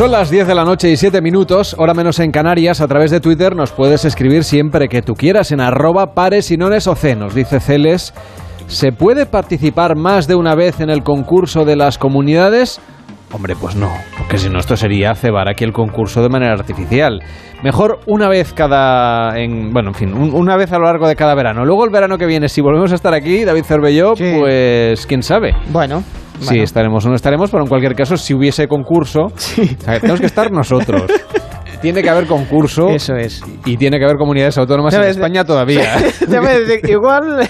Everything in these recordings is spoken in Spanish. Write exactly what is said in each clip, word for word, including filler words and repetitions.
Son las diez de la noche y siete minutos, hora menos en Canarias. A través de Twitter nos puedes escribir siempre que tú quieras en arroba pares y nones o c. Nos dice Celes, ¿se puede participar más de una vez en el concurso de las comunidades? Hombre, pues no, porque si no esto sería cebar aquí el concurso de manera artificial. Mejor una vez cada... En, bueno, en fin, un, una vez a lo largo de cada verano. Luego el verano que viene, si volvemos a estar aquí, David Cervelló, sí. Pues quién sabe. Bueno... Sí, bueno. estaremos o no estaremos, pero en cualquier caso, si hubiese concurso, sí. O sea, tenemos que estar nosotros. Tiene que haber concurso. Eso es. Y tiene que haber comunidades autónomas en España todavía. Igual...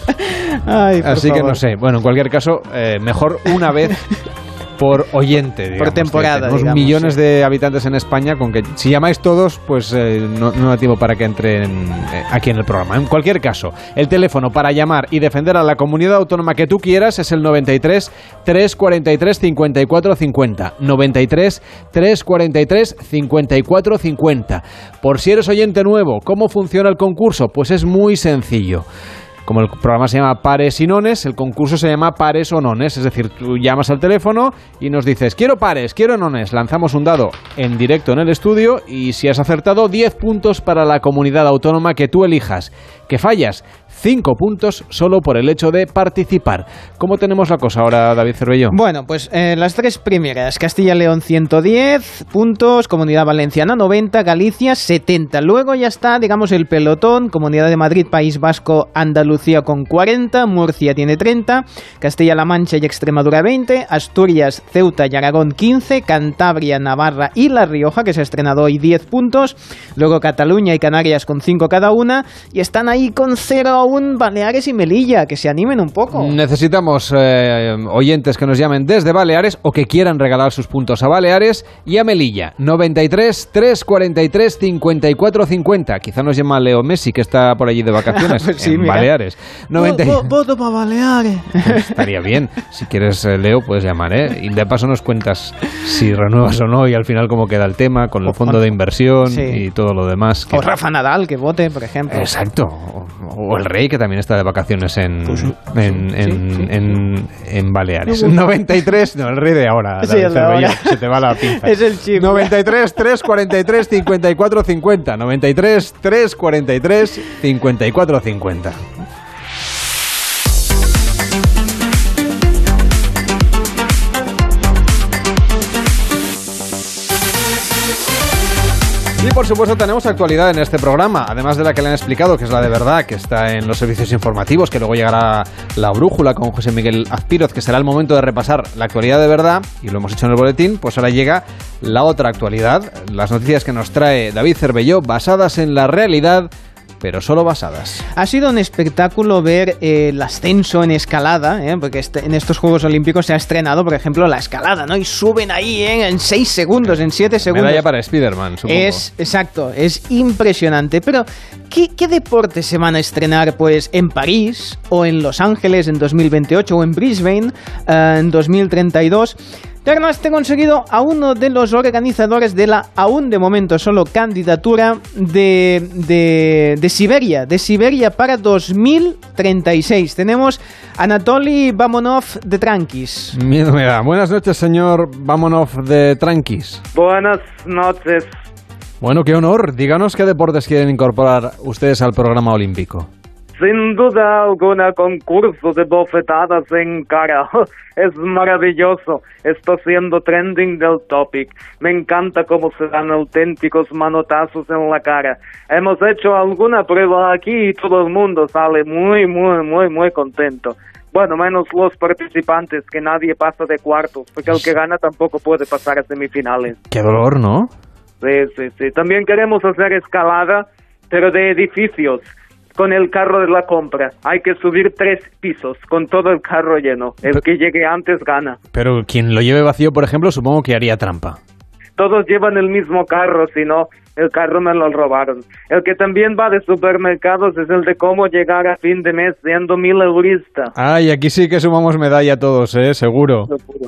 Ay, así favor. que no sé. Bueno, en cualquier caso, eh, mejor una vez por oyente, digamos. Por temporada, Tenemos digamos, millones sí. de habitantes en España, con que si llamáis todos, pues eh, no, no da tiempo para que entren eh, aquí en el programa. En cualquier caso, el teléfono para llamar y defender a la comunidad autónoma que tú quieras es el noventa y tres, trescientos cuarenta y tres, cincuenta y cuatro cincuenta. noventa y tres, trescientos cuarenta y tres, cincuenta y cuatro cincuenta. Por si eres oyente nuevo, ¿cómo funciona el concurso? Pues es muy sencillo. Como el programa se llama Pares y Nones, el concurso se llama Pares o Nones. Es decir, tú llamas al teléfono y nos dices, quiero pares, quiero nones. Lanzamos un dado en directo en el estudio y si has acertado, diez puntos para la comunidad autónoma que tú elijas. Que fallas, cinco puntos solo por el hecho de participar. ¿Cómo tenemos la cosa ahora, David Cervelló? Bueno, pues eh, las tres primeras. Castilla-León ciento diez puntos, Comunidad Valenciana noventa, Galicia setenta. Luego ya está, digamos, el pelotón. Comunidad de Madrid, País Vasco, Andalucía con cuarenta, Murcia tiene treinta, Castilla-La Mancha y Extremadura veinte, Asturias, Ceuta y Aragón quince, Cantabria, Navarra y La Rioja, que se ha estrenado hoy, diez puntos. Luego Cataluña y Canarias con cinco cada una. Y están ahí con cero aún Baleares y Melilla, que se animen un poco. Necesitamos eh, oyentes que nos llamen desde Baleares o que quieran regalar sus puntos a Baleares y a Melilla. noventa y tres, trescientos cuarenta y tres, cincuenta y cuatro cincuenta. Quizá nos llama Leo Messi, que está por allí de vacaciones, pues sí, en mira. Baleares. noventa... Voto para Baleares. Pues estaría bien. Si quieres, Leo, puedes llamar, ¿eh? Y de paso nos cuentas si renuevas o no y al final cómo queda el tema con el fondo de inversión sí. y todo lo demás. Que... O Rafa Nadal, que vote, por ejemplo. Exacto. O el Rey, que también está de vacaciones en, pues, en, sí, en, sí, sí. en, en Baleares. noventa y tres, no, el Rey de ahora. Sí, el de ahora. Se te va la pinza. Es el chip. noventa y tres, trescientos cuarenta y tres, cincuenta y cuatro cincuenta. noventa y tres, trescientos cuarenta y tres, cincuenta y cuatro cincuenta. Y por supuesto tenemos actualidad en este programa, además de la que le han explicado, que es la de verdad, que está en los servicios informativos, que luego llegará la brújula con José Miguel Azpiroz, que será el momento de repasar la actualidad de verdad, y lo hemos hecho en el boletín. Pues ahora llega la otra actualidad, las noticias que nos trae David Cervelló, basadas en la realidad, pero solo basadas. Ha sido un espectáculo ver eh, el ascenso en escalada, ¿eh? Porque este, en estos Juegos Olímpicos se ha estrenado, por ejemplo, la escalada, ¿no? Y suben ahí ¿eh? en seis segundos, en siete segundos. Medalla para Spiderman, supongo. Es, exacto, es impresionante. Pero, ¿qué, qué deportes se van a estrenar pues en París, o en Los Ángeles en dos mil veintiocho, o en Brisbane eh, en dos mil treinta y dos? Y además te he conseguido a uno de los organizadores de la, aún de momento solo, candidatura de, de, de Siberia, de Siberia para dos mil treinta y seis. Tenemos a Anatoly Vamonov de Trankis. Miedo me da. Buenas noches, señor Vamonov de Trankis. Buenas noches. Bueno, qué honor. Díganos qué deportes quieren incorporar ustedes al programa olímpico. Sin duda alguna, concurso de bofetadas en cara. Es maravilloso. Está siendo trending del topic. Me encanta cómo se dan auténticos manotazos en la cara. Hemos hecho alguna prueba aquí y todo el mundo sale muy, muy, muy, muy contento. Bueno, menos los participantes, que nadie pasa de cuartos, porque el que gana tampoco puede pasar a semifinales. Qué dolor, ¿no? Sí, sí, sí. También queremos hacer escalada, pero de edificios. Con el carro de la compra. Hay que subir tres pisos con todo el carro lleno. El pero, que llegue antes gana. Pero quien lo lleve vacío, por ejemplo, supongo que haría trampa. Todos llevan el mismo carro, si no, el carro me lo robaron. El que también va de supermercados es el de cómo llegar a fin de mes siendo mil eurista. Ay, aquí sí que sumamos medalla todos, ¿eh? Seguro.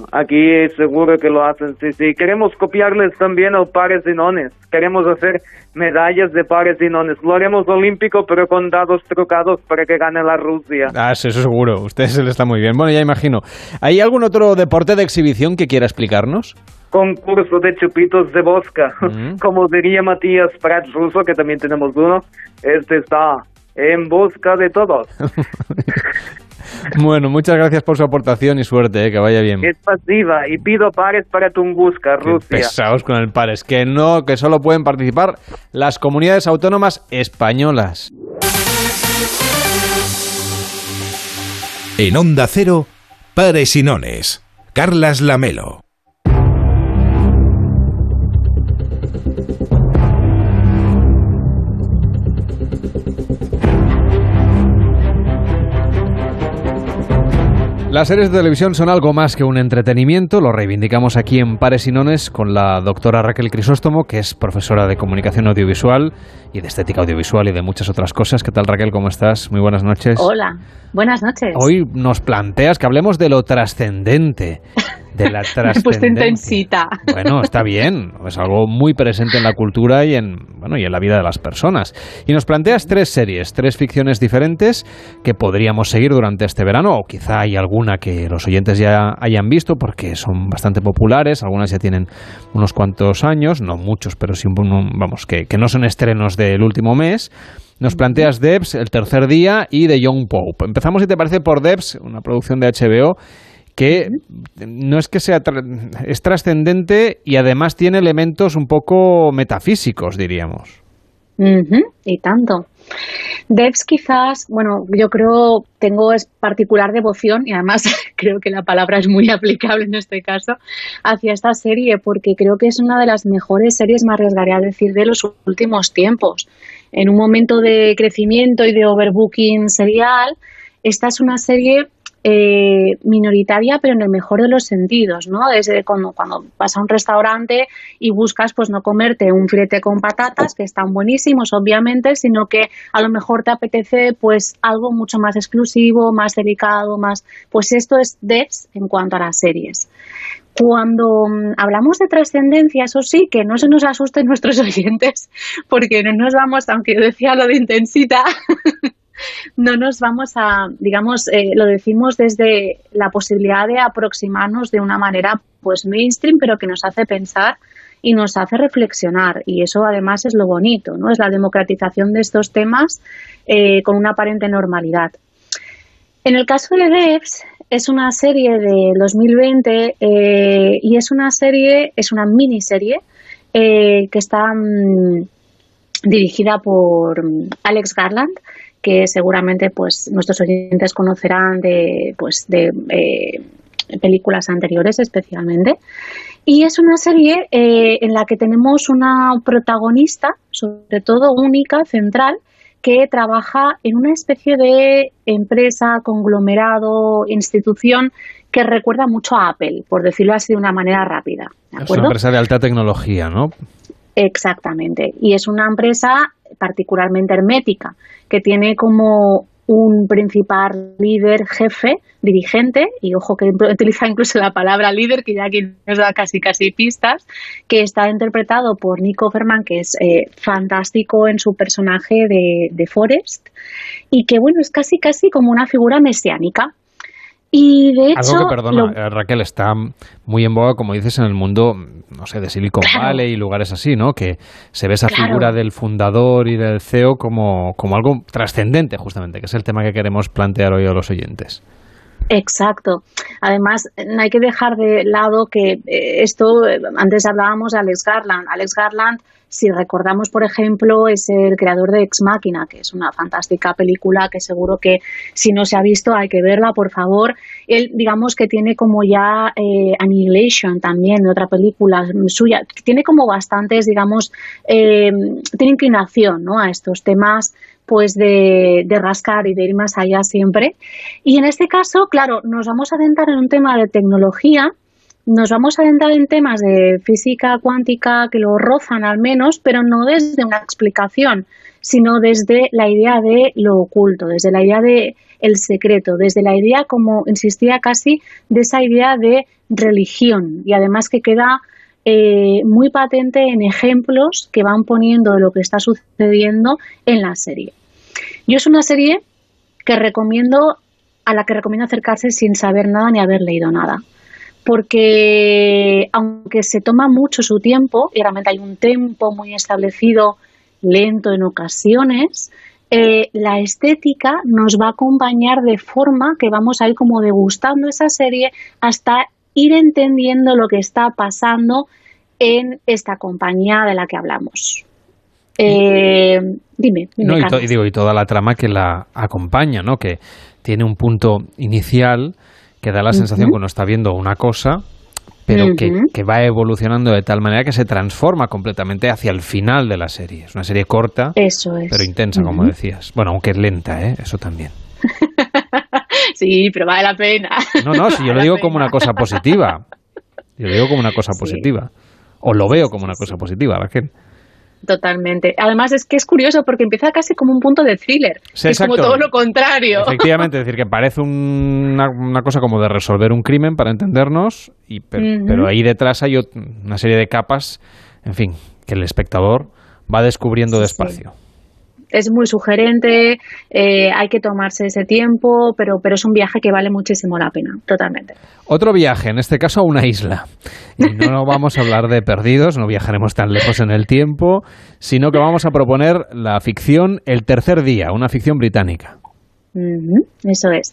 Aquí seguro que lo hacen, sí, sí. Queremos copiarles también al pares y nones. Queremos hacer medallas de pares y nones. Lo haremos olímpico, pero con dados trucados para que gane la Rusia. Ah, sí, eso seguro. Usted se le está muy bien. Bueno, ya imagino. ¿Hay algún otro deporte de exhibición que quiera explicarnos? concurso de chupitos de bosca. Mm. Como diría Matías Prats Russo, que también tenemos uno, este está en busca de todos. Bueno, muchas gracias por su aportación y suerte, eh, que vaya bien. Es pasiva y pido pares para Tunguska, Rusia. Qué pesados con el pares, que no, que solo pueden participar las comunidades autónomas españolas. En Onda Cero, Pares y Nones, Carlas Lamelo. Las series de televisión son algo más que un entretenimiento, lo reivindicamos aquí en Pares y Nones con la doctora Raquel Crisóstomo, que es profesora de comunicación audiovisual y de estética audiovisual y de muchas otras cosas. ¿Qué tal, Raquel? ¿Cómo estás? Muy buenas noches. Hola, buenas noches. Hoy nos planteas que hablemos de lo trascendente. De la trascendencia. Me he puesto intensita. Bueno, está bien, es algo muy presente en la cultura y en, bueno, y en la vida de las personas. Y nos planteas tres series, tres ficciones diferentes que podríamos seguir durante este verano, o quizá hay alguna que los oyentes ya hayan visto porque son bastante populares, algunas ya tienen unos cuantos años, no muchos, pero sí, vamos, que, que no son estrenos del último mes. Nos planteas Devs, El tercer día y The Young Pope. Empezamos, si te parece, por Devs, una producción de H B O, que no es que sea, tra- es trascendente y además tiene elementos un poco metafísicos, diríamos. Uh-huh, y tanto. Devs quizás, bueno, yo creo, tengo es particular devoción y además creo que la palabra es muy aplicable en este caso hacia esta serie porque creo que es una de las mejores series, me arriesgaré a decir, de los últimos tiempos. En un momento de crecimiento y de overbooking serial, esta es una serie Eh, minoritaria, pero en el mejor de los sentidos, ¿no? Desde cuando, cuando vas a un restaurante y buscas pues no comerte un filete con patatas, que están buenísimos obviamente, sino que a lo mejor te apetece pues algo mucho más exclusivo, más delicado, más, pues esto es Devs en cuanto a las series. Cuando um, hablamos de trascendencia, eso sí, que no se nos asusten nuestros oyentes, porque no nos vamos, aunque yo decía lo de intensita, no nos vamos a, digamos, eh, lo decimos desde la posibilidad de aproximarnos de una manera pues mainstream, pero que nos hace pensar y nos hace reflexionar, y eso además es lo bonito, ¿no? Es la democratización de estos temas eh, con una aparente normalidad. En el caso de Devs, es una serie de dos mil veinte eh, y es una serie, es una miniserie eh, que está mmm, dirigida por Alex Garland, que seguramente pues nuestros oyentes conocerán de pues de eh, películas anteriores especialmente, y es una serie eh, en la que tenemos una protagonista, sobre todo única, central, que trabaja en una especie de empresa, conglomerado, institución que recuerda mucho a Apple, por decirlo así de una manera rápida, ¿de acuerdo? Es una empresa de alta tecnología, ¿no? Exactamente, y es una empresa particularmente hermética, que tiene como un principal líder, jefe, dirigente, y ojo que utiliza incluso la palabra líder, que ya aquí nos da casi casi pistas, que está interpretado por Nick Offerman, que es eh, fantástico en su personaje de, de Forrest, y que bueno, es casi casi como una figura mesiánica. Y de hecho, algo que, perdona, lo... Raquel, está muy en boga, como dices, en el mundo, no sé, de Silicon claro. Valley y lugares así, ¿no? Que se ve esa claro. figura del fundador y del C E O como, como algo trascendente, justamente, que es el tema que queremos plantear hoy a los oyentes. Exacto. Además, no hay que dejar de lado que eh, esto, eh, antes hablábamos de Alex Garland. Alex Garland, si recordamos, por ejemplo, es el creador de Ex Machina, que es una fantástica película que seguro que si no se ha visto hay que verla, por favor. Él, digamos que tiene como ya eh, Annihilation también, otra película suya. Tiene como bastantes, digamos, eh, tiene inclinación, ¿no?, a estos temas pues de, de rascar y de ir más allá siempre. Y en este caso, claro, nos vamos a adentrar en un tema de tecnología, nos vamos a adentrar en temas de física cuántica que lo rozan al menos, pero no desde una explicación, sino desde la idea de lo oculto, desde la idea de el secreto, desde la idea, como insistía casi, de esa idea de religión, y además que queda Eh, muy patente en ejemplos que van poniendo de lo que está sucediendo en la serie. Yo es una serie que recomiendo, a la que recomiendo acercarse sin saber nada ni haber leído nada, porque aunque se toma mucho su tiempo, y realmente hay un tempo muy establecido, lento en ocasiones, eh, la estética nos va a acompañar de forma que vamos a ir como degustando esa serie hasta ir entendiendo lo que está pasando en esta compañía de la que hablamos. Eh, dime, dime no, y, to- y digo, y toda la trama que la acompaña, ¿no? Que tiene un punto inicial que da la sensación uh-huh. que uno está viendo una cosa, pero uh-huh. que, que va evolucionando de tal manera que se transforma completamente hacia el final de la serie. Es una serie corta, Eso es. pero intensa, uh-huh. como decías. Bueno, aunque es lenta, ¿eh? Eso también. Sí, pero vale la pena. No, no, si yo lo digo como una cosa positiva. Yo lo digo como una cosa sí. positiva. O lo veo como una cosa positiva, Raquel. Totalmente. Además es que es curioso porque empieza casi como un punto de thriller. Sí, es como todo lo contrario. Efectivamente, es decir, que parece una, una cosa como de resolver un crimen para entendernos, y, pero, uh-huh. pero ahí detrás hay una serie de capas, en fin, que el espectador va descubriendo sí, despacio. Sí. Es muy sugerente, eh, hay que tomarse ese tiempo, pero, pero es un viaje que vale muchísimo la pena, totalmente. Otro viaje, en este caso a una isla. Y no vamos a hablar de perdidos, no viajaremos tan lejos en el tiempo, sino que vamos a proponer la ficción El tercer día, una ficción británica. Uh-huh, eso es.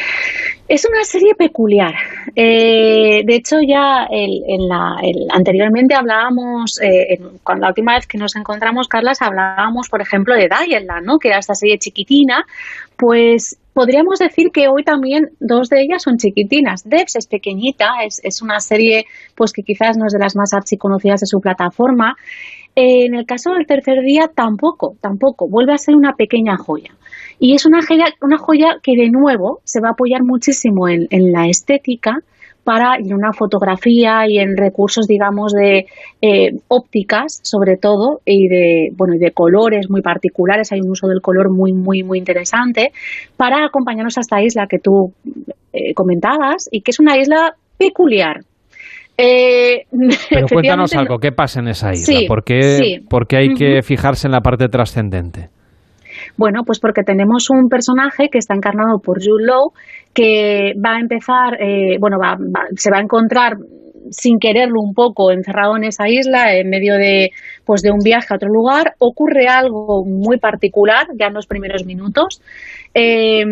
Es una serie peculiar. Eh, de hecho, ya el, en la, el, anteriormente hablábamos, eh, en, cuando la última vez que nos encontramos, Carlas, hablábamos, por ejemplo, de Dianeland, ¿no? Que era esta serie chiquitina. Pues podríamos decir que hoy también dos de ellas son chiquitinas. Devs es pequeñita, es, es una serie pues que quizás no es de las más archiconocidas de su plataforma. Eh, en el caso del tercer día, tampoco, tampoco. Vuelve a ser una pequeña joya. Y es una joya, una joya que, de nuevo, se va a apoyar muchísimo en, en la estética para en una fotografía y en recursos, digamos, de eh, ópticas, sobre todo, y de, bueno, y de colores muy particulares. Hay un uso del color muy, muy, muy interesante para acompañarnos a esta isla que tú eh, comentabas y que es una isla peculiar. Eh, Pero cuéntanos algo, ¿qué pasa en esa isla? Sí, ¿Por qué, sí. ¿por qué hay uh-huh. que fijarse en la parte trascendente? Bueno, pues porque tenemos un personaje que está encarnado por Jude Law, que va a empezar, eh, bueno, va, va, se va a encontrar sin quererlo un poco encerrado en esa isla en medio de, pues, de un viaje a otro lugar. Ocurre algo muy particular ya en los primeros minutos. Eh,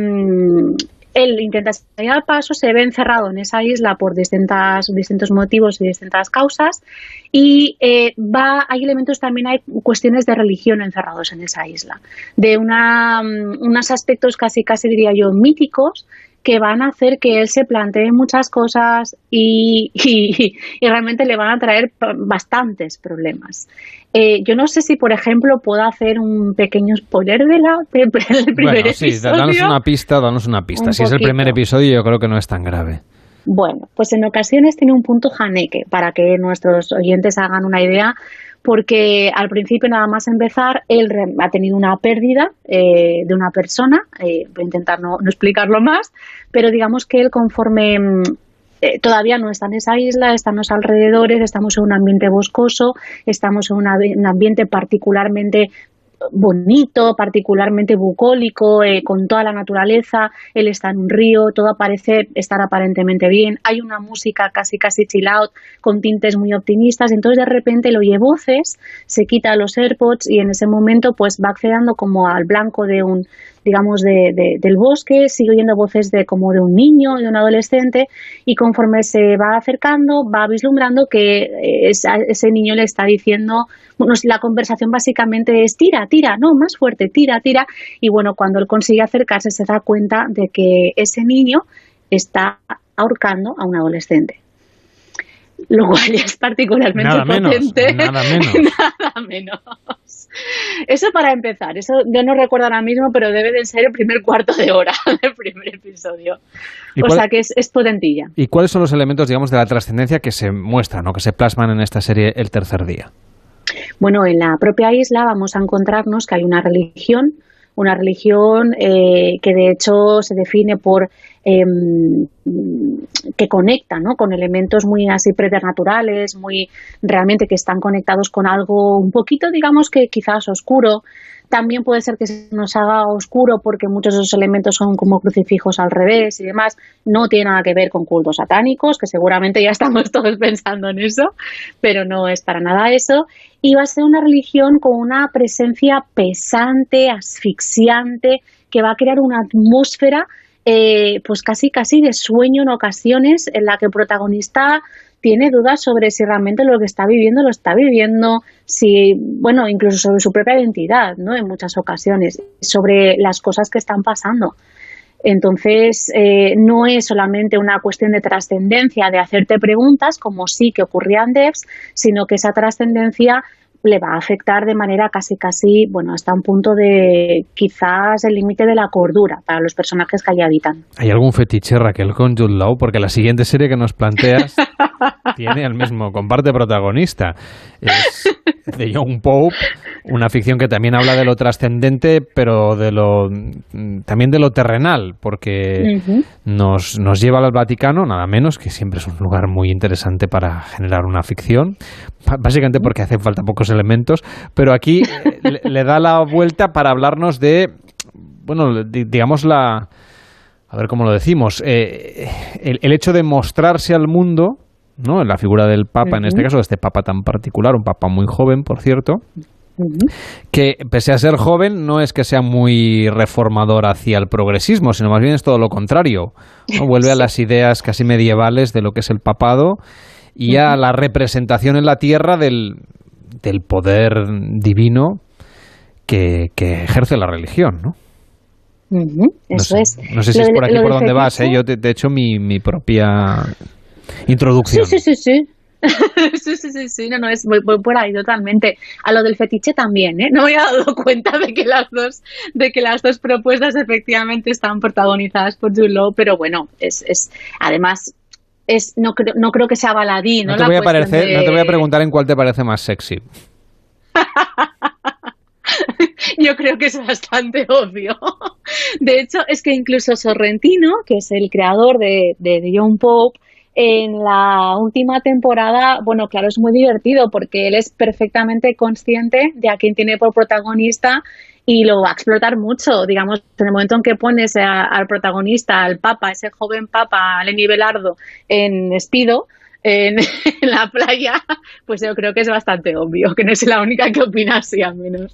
Él intenta salir al paso, se ve encerrado en esa isla por distintas, distintos motivos y distintas causas, y eh, va, hay elementos también, hay cuestiones de religión encerrados en esa isla, de una, unos aspectos casi, casi diría yo, míticos, que van a hacer que él se plantee muchas cosas y, y, y realmente le van a traer bastantes problemas. Eh, yo no sé si, por ejemplo, puedo hacer un pequeño spoiler de la, de, del primer bueno, sí, episodio. danos una pista, danos una pista. Un si poquito. Es el primer episodio, yo creo que no es tan grave. Bueno, pues en ocasiones tiene un punto janeque, para que nuestros oyentes hagan una idea, porque al principio, nada más empezar, él ha tenido una pérdida eh, de una persona, eh, voy a intentar no, no explicarlo más, pero digamos que él, conforme eh, todavía no está en esa isla, está en los alrededores, estamos en un ambiente boscoso, estamos en una, un ambiente particularmente bonito, particularmente bucólico, eh, con toda la naturaleza. Él está en un río, todo parece estar aparentemente bien, hay una música casi casi chill out con tintes muy optimistas. Entonces de repente él oye voces, se quita los AirPods y en ese momento pues va accediendo como al blanco de un, digamos, de, de, del bosque, sigue oyendo voces de como de un niño, de un adolescente, y conforme se va acercando va vislumbrando que es, ese niño le está diciendo, bueno, la conversación básicamente es tira, tira, no, más fuerte, tira, tira, y bueno, cuando él consigue acercarse se da cuenta de que ese niño está ahorcando a un adolescente. Lo cual es particularmente nada potente. Menos, nada menos. Nada menos. Eso para empezar. Eso yo no recuerdo ahora mismo, pero debe de ser el primer cuarto de hora del primer episodio. O sea que es, es potentilla. ¿Y cuáles son los elementos, digamos, de la trascendencia que se muestran o que se plasman en esta serie El tercer día? Bueno, en la propia isla vamos a encontrarnos que hay una religión, una religión eh, que de hecho se define por eh, que conecta, ¿no?, con elementos muy así preternaturales, muy realmente que están conectados con algo un poquito, digamos, que quizás oscuro. También puede ser que se nos haga oscuro porque muchos de esos elementos son como crucifijos al revés y demás. No tiene nada que ver con cultos satánicos, que seguramente ya estamos todos pensando en eso, pero no es para nada eso. Y va a ser una religión con una presencia pesante, asfixiante, que va a crear una atmósfera eh, pues casi casi de sueño en ocasiones, en la que el protagonista tiene dudas sobre si realmente lo que está viviendo lo está viviendo, si, bueno, incluso sobre su propia identidad, ¿no? En muchas ocasiones, sobre las cosas que están pasando. Entonces, eh, no es solamente una cuestión de trascendencia, de hacerte preguntas, como sí que ocurría en Devs, sino que esa trascendencia le va a afectar de manera casi casi, bueno, hasta un punto de quizás el límite de la cordura para los personajes que allí habitan. ¿Hay algún fetiche, Raquel, con Jude Law? Porque la siguiente serie que nos planteas tiene el mismo, comparte protagonista. Es de Young Pope, una ficción que también habla de lo trascendente, pero de lo también de lo terrenal, porque uh-huh. nos, nos lleva al Vaticano, nada menos, que siempre es un lugar muy interesante para generar una ficción, básicamente porque hacen falta pocos elementos, pero aquí le, le da la vuelta para hablarnos de, bueno, digamos la, a ver cómo lo decimos, eh, el, el hecho de mostrarse al mundo, ¿no? En la figura del Papa, uh-huh. en este caso, de este Papa tan particular, un Papa muy joven, por cierto, uh-huh. que pese a ser joven no es que sea muy reformador hacia el progresismo, sino más bien es todo lo contrario, ¿no? Vuelve sí. a las ideas casi medievales de lo que es el papado y uh-huh. a la representación en la tierra del, del poder divino que, que ejerce la religión, ¿no? Uh-huh. Eso no sé, es. No sé si lo es por aquí por donde vas, ¿eh? Yo te, te he hecho mi, mi propia introducción. Sí, sí, sí, sí. sí, sí, sí, sí, no, no, es voy, voy por ahí totalmente. A lo del fetiche también, ¿eh? No me había dado cuenta de que las dos, de que las dos propuestas efectivamente están protagonizadas por Jude Law, pero bueno, es, es, además, es, no creo, no creo que sea baladí, ¿no? No te voy a parecer, de... no te voy a preguntar en cuál te parece más sexy. Yo creo que es bastante obvio. De hecho, es que incluso Sorrentino, que es el creador de, de, de Young Pope, en la última temporada, bueno, claro, es muy divertido porque él es perfectamente consciente de a quién tiene por protagonista y lo va a explotar mucho. Digamos, en el momento en que pones a, al protagonista, al Papa, ese joven Papa, Lenny Belardo, en Speedo, en, en la playa, pues yo creo que es bastante obvio, que no soy la única que opina así, al menos.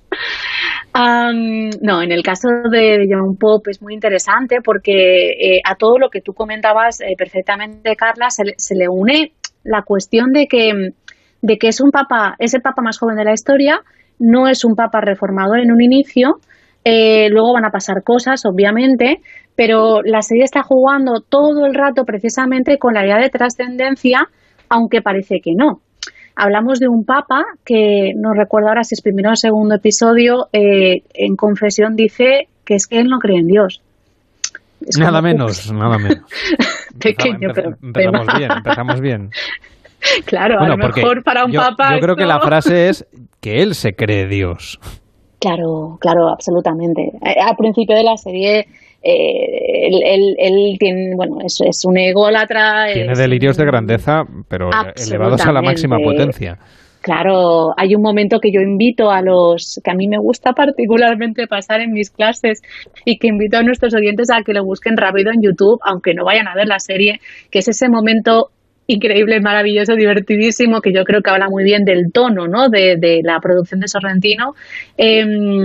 Um, no, en el caso de Young Pope es muy interesante porque eh, a todo lo que tú comentabas eh, perfectamente, Carla, se le, se le une la cuestión de que, de que es un papa, es el papa más joven de la historia, no es un papa reformador en un inicio, eh, luego van a pasar cosas, obviamente, pero la serie está jugando todo el rato precisamente con la idea de trascendencia, aunque parece que no. Hablamos de un papa que, no recuerdo ahora si es primero o segundo episodio, eh, en confesión dice que es que él no cree en Dios. Es nada como, menos, ups. nada menos. Pequeño, Empezamos, pero empezamos bien, empezamos bien. Claro, bueno, a lo mejor para un yo, papa... Yo creo esto... que la frase es que él se cree Dios. Claro, claro, absolutamente. Al principio de la serie... Eh, él, él, él tiene, bueno, es, es un ególatra. Tiene es delirios un... de grandeza, pero elevados a la máxima potencia. Claro, hay un momento que yo invito a los, que a mí me gusta particularmente pasar en mis clases y que invito a nuestros oyentes a que lo busquen rápido en YouTube, aunque no vayan a ver la serie, que es ese momento increíble, maravilloso, divertidísimo, que yo creo que habla muy bien del tono, ¿no? de, de la producción de Sorrentino, eh,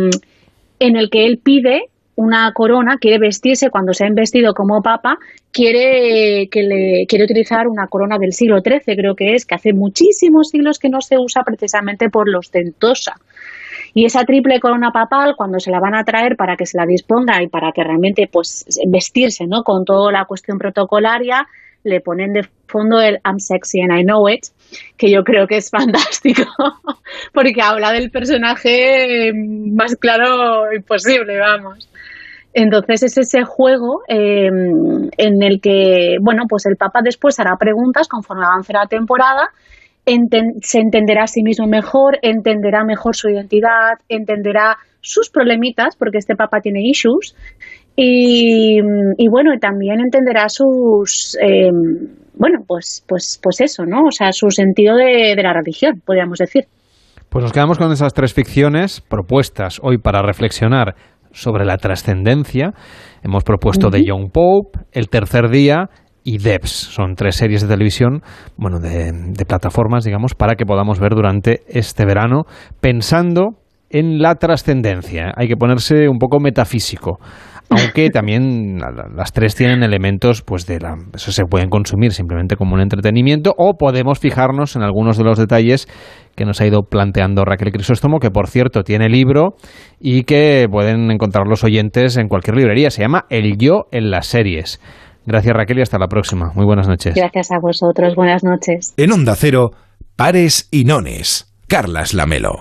en el que él pide una corona, quiere vestirse cuando se ha investido como papa, quiere que le quiere utilizar una corona del siglo trece, creo que es, que hace muchísimos siglos que no se usa precisamente por la ostentosa. Y esa triple corona papal, cuando se la van a traer para que se la disponga y para que realmente pues vestirse, ¿no? Con toda la cuestión protocolaria, le ponen de fondo el I'm sexy and I know it, que yo creo que es fantástico, porque habla del personaje más claro imposible, vamos. Entonces es ese juego eh, en el que, bueno, pues el Papa después hará preguntas conforme avance la temporada, enten- se entenderá a sí mismo mejor, entenderá mejor su identidad, entenderá sus problemitas, porque este Papa tiene issues, y, y bueno, y también entenderá sus, eh, bueno, pues, pues, pues eso, ¿no? O sea, su sentido de, de la religión, podríamos decir. Pues nos quedamos con esas tres ficciones propuestas hoy para reflexionar sobre la trascendencia. Hemos propuesto uh-huh. The Young Pope, El Tercer Día y Devs. Son tres series de televisión, bueno, de, de plataformas, digamos, para que podamos ver durante este verano, pensando en la trascendencia. Hay que ponerse un poco metafísico. Aunque también las tres tienen elementos, pues de la, eso se pueden consumir simplemente como un entretenimiento, o podemos fijarnos en algunos de los detalles que nos ha ido planteando Raquel Crisóstomo, que por cierto tiene libro y que pueden encontrar los oyentes en cualquier librería. Se llama El Yo en las series. Gracias, Raquel, y hasta la próxima. Muy buenas noches. Gracias a vosotros. Buenas noches. En Onda Cero, Pares y Nones. Carlas Lamelo.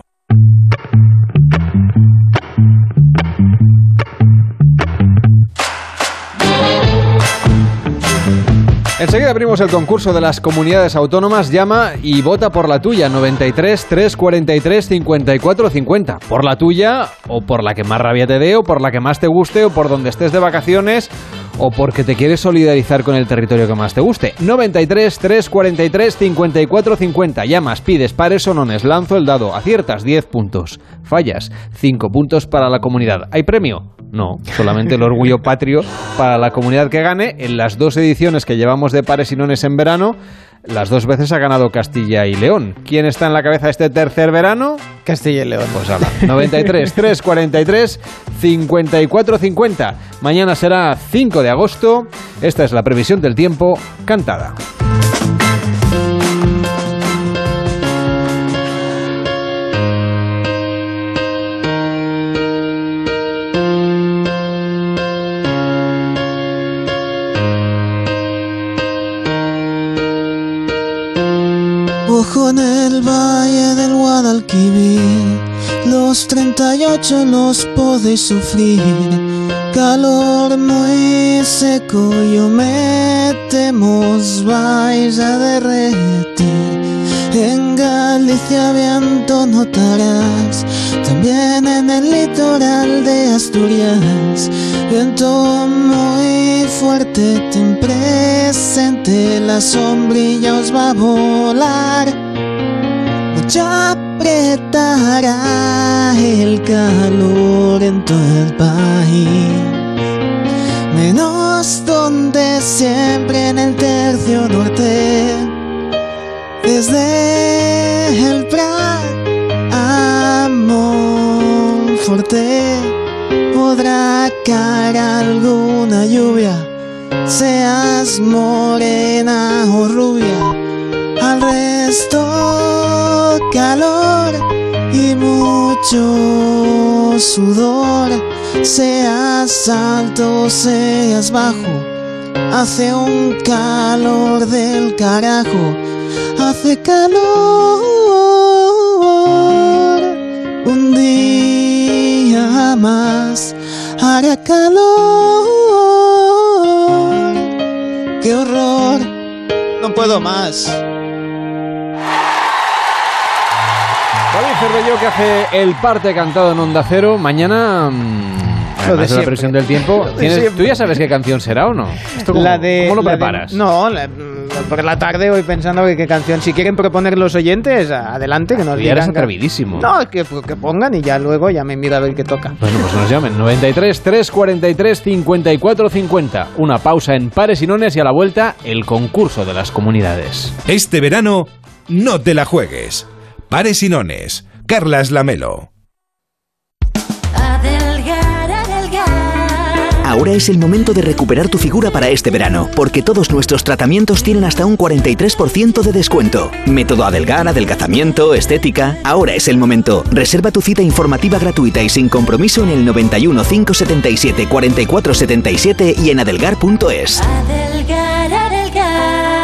Enseguida abrimos el concurso de las comunidades autónomas. Llama y vota por la tuya. noventa y tres, trescientos cuarenta y tres, cincuenta y cuatro cincuenta. Por la tuya, o por la que más rabia te dé, o por la que más te guste, o por donde estés de vacaciones, o porque te quieres solidarizar con el territorio que más te guste. noventa y tres, trescientos cuarenta y tres, cincuenta y cuatro cincuenta. Llamas, pides pares o nones, lanzo el dado. Aciertas, diez puntos. Fallas, cinco puntos para la comunidad. ¿Hay premio? No, solamente el orgullo patrio para la comunidad que gane. En las dos ediciones que llevamos de pares y nones en verano, las dos veces ha ganado Castilla y León. ¿Quién está en la cabeza de este tercer verano? Castilla y León. Pues habla. noventa y tres, trescientos cuarenta y tres, cincuenta y cuatro cincuenta. Mañana será cinco de agosto. Esta es la previsión del tiempo cantada. Ojo en el valle del Guadalquivir, los treinta y ocho los podéis sufrir. Calor muy seco, yo me temo os vais a derretir. En Galicia viento notarás, también en el litoral de Asturias. Viento muy fuerte, ten presente, la sombrilla os va a volar. Mucha apretará el calor en todo el país, menos donde siempre en el tercio norte. Desde el Prat a Monforte podrá caer alguna lluvia, seas morena o rubia. Al resto calor y mucho sudor, seas alto, seas bajo, hace un calor del carajo. Hace calor, un día más hará calor. ¡Qué horror! No puedo más. David Cervelló, que hace el parte cantado en Onda Cero. Mañana, además de la previsión del tiempo, ¿tienes, ¿tú ya sabes qué canción será o no? ¿Esto cómo, la de, ¿cómo lo la preparas? De, no, la, por la tarde voy pensando que qué canción. Si quieren proponer los oyentes, adelante, que nos digan. Eres atrevidísimo. No, que, que pongan y ya luego ya me miro a ver qué toca. Bueno, pues nos llamen. noventa y tres, trescientos cuarenta y tres, cincuenta y cuatro cincuenta. Una pausa en pares y nones y a la vuelta el concurso de las comunidades. Este verano, no te la juegues. Pares y nones. Carlas Lamelo. Ahora es el momento de recuperar tu figura para este verano, porque todos nuestros tratamientos tienen hasta un cuarenta y tres por ciento de descuento. Método Adelgar, adelgazamiento, estética. Ahora es el momento. Reserva tu cita informativa gratuita y sin compromiso en el noventa y uno, cinco setenta y siete, cuarenta y cuatro setenta y siete y en adelgar punto es. Adelgar, adelgar.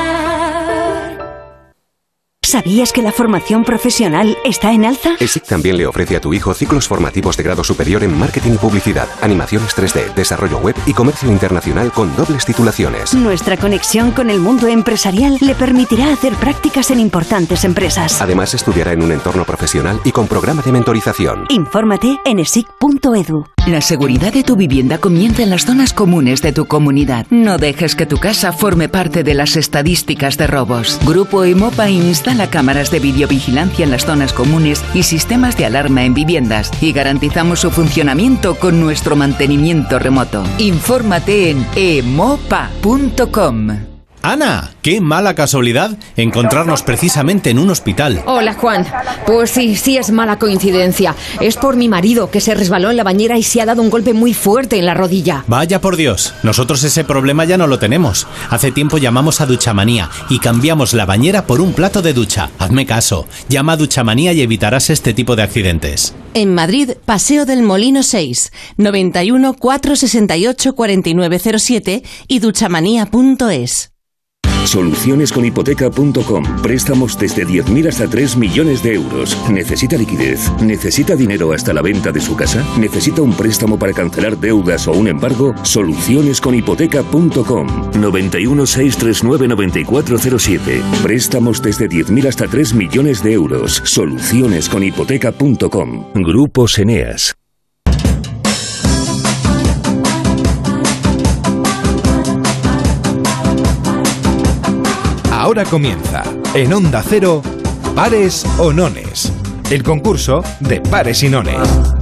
¿Sabías que la formación profesional está en alza? ESIC también le ofrece a tu hijo ciclos formativos de grado superior en marketing y publicidad, animaciones tres D, desarrollo web y comercio internacional con dobles titulaciones. Nuestra conexión con el mundo empresarial le permitirá hacer prácticas en importantes empresas. Además, estudiará en un entorno profesional y con programa de mentorización. Infórmate en esic punto edu. La seguridad de tu vivienda comienza en las zonas comunes de tu comunidad. No dejes que tu casa forme parte de las estadísticas de robos. Grupo Emopa instala Instala cámaras de videovigilancia en las zonas comunes y sistemas de alarma en viviendas y garantizamos su funcionamiento con nuestro mantenimiento remoto. Infórmate en emopa punto com. Ana, qué mala casualidad encontrarnos precisamente en un hospital. Hola, Juan. Pues sí, sí es mala coincidencia. Es por mi marido, que se resbaló en la bañera y se ha dado un golpe muy fuerte en la rodilla. Vaya por Dios, nosotros ese problema ya no lo tenemos. Hace tiempo llamamos a Duchamanía y cambiamos la bañera por un plato de ducha. Hazme caso, llama a Duchamanía y evitarás este tipo de accidentes. En Madrid, Paseo del Molino seis, noventa y uno, cuatrocientos sesenta y ocho, cuarenta y nueve cero siete y duchamanía punto es. Soluciones con hipoteca punto com. Préstamos desde diez mil hasta tres millones de euros. ¿Necesita liquidez? ¿Necesita dinero hasta la venta de su casa? ¿Necesita un préstamo para cancelar deudas o un embargo? Soluciones con hipoteca punto com. noventa y uno, seiscientos treinta y nueve, noventa y cuatro cero siete. Préstamos desde diez mil hasta tres millones de euros. Soluciones con hipoteca punto com. Grupo Eneas. Ahora comienza, en Onda Cero, Pares o Nones, el concurso de pares y nones.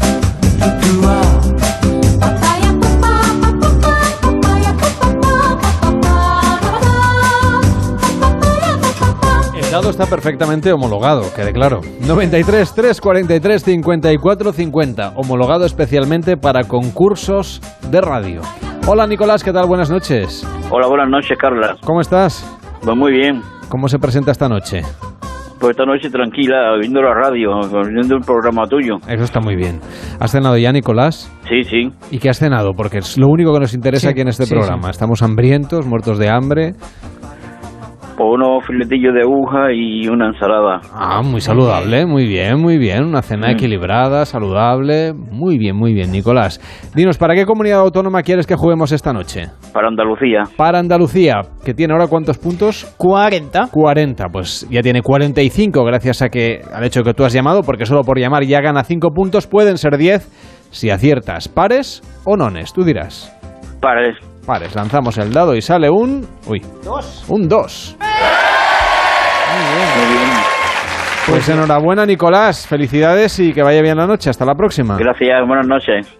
El dado está perfectamente homologado, quede claro. noventa y tres, trescientos cuarenta y tres, cincuenta y cuatro cincuenta, homologado especialmente para concursos de radio. Hola Nicolás, ¿qué tal? Buenas noches. Hola, buenas noches, Carla. ¿Cómo estás? Pues muy bien. ¿Cómo se presenta esta noche? Pues esta noche tranquila, viendo la radio, viendo el programa tuyo. Eso está muy bien. ¿Has cenado ya, Nicolás? Sí, sí. ¿Y qué has cenado? Porque es lo único que nos interesa Sí, aquí en este sí, programa. sí. Estamos hambrientos, muertos de hambre. Pues unos filetillos de aguja y una ensalada. Ah, muy saludable, muy bien, muy bien. Una cena Mm. equilibrada, saludable. Muy bien, muy bien, Nicolás. Dinos, ¿para qué comunidad autónoma quieres que juguemos esta noche? Para Andalucía. Para Andalucía, que tiene ahora ¿cuántos puntos? cuarenta. cuarenta, pues ya tiene cuarenta y cinco gracias a que al hecho de que tú has llamado, porque solo por llamar ya gana cinco puntos, pueden ser diez si aciertas. ¿Pares o nones? Tú dirás. Pares. Pares, lanzamos el dado y sale un... Uy. Dos. Un dos. Muy bien. Pues enhorabuena, Nicolás. Felicidades y que vaya bien la noche. Hasta la próxima. Gracias, buenas noches.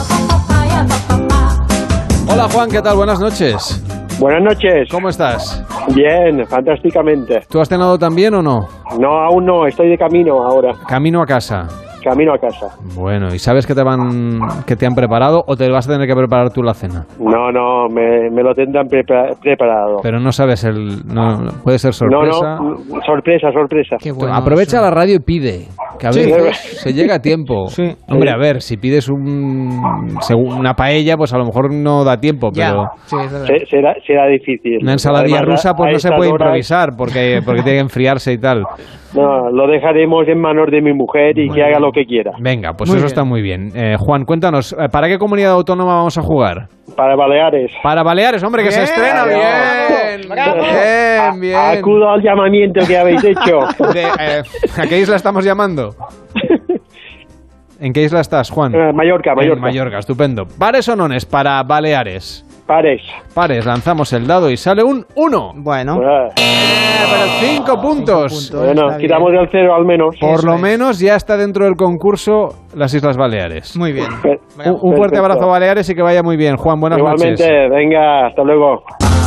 Hola, Juan, ¿qué tal? Buenas noches. Buenas noches. ¿Cómo estás? Bien, fantásticamente. ¿Tú has cenado también o no? No, aún no, estoy de camino ahora. Camino a casa. Camino a casa. Bueno, ¿y sabes que te van, que te han preparado o te vas a tener que preparar tú la cena? No, no, me, me lo tendrán prepara- preparado. Pero no sabes el... No, puede ser sorpresa. No, no, sorpresa, sorpresa. Aprovecha la radio y pide, que a Sí. veces se llega a tiempo. Sí. Hombre, a ver, si pides un, segu- una paella, pues a lo mejor no da tiempo, pero Se- será, será difícil. una ensaladilla Además, rusa pues a no se estas puede horas- improvisar porque, porque tiene que enfriarse y tal. No, lo dejaremos en manos de mi mujer y que haga lo que quiera. Venga, pues Muy eso bien. está muy bien. Eh, Juan, cuéntanos, eh, ¿para qué comunidad autónoma vamos a jugar? Para Baleares. Para Baleares, hombre, que se Bien, estrena bien. bravo. Bien, bien. Acudo al llamamiento que habéis hecho. De, eh, ¿A qué isla estamos llamando? ¿En qué isla estás, Juan? Eh, Mallorca, Mallorca. En Mallorca, estupendo. ¿Pares o nones para Baleares? Pares. Pares, lanzamos el dado y sale un uno. Bueno. Pero cinco puntos. Bueno, quitamos el cero al menos. Por lo menos ya está dentro del concurso las Islas Baleares. Muy bien. Un, un fuerte Perfecto. abrazo, Baleares, y que vaya muy bien. Juan, buenas Igualmente, noches. venga, hasta luego.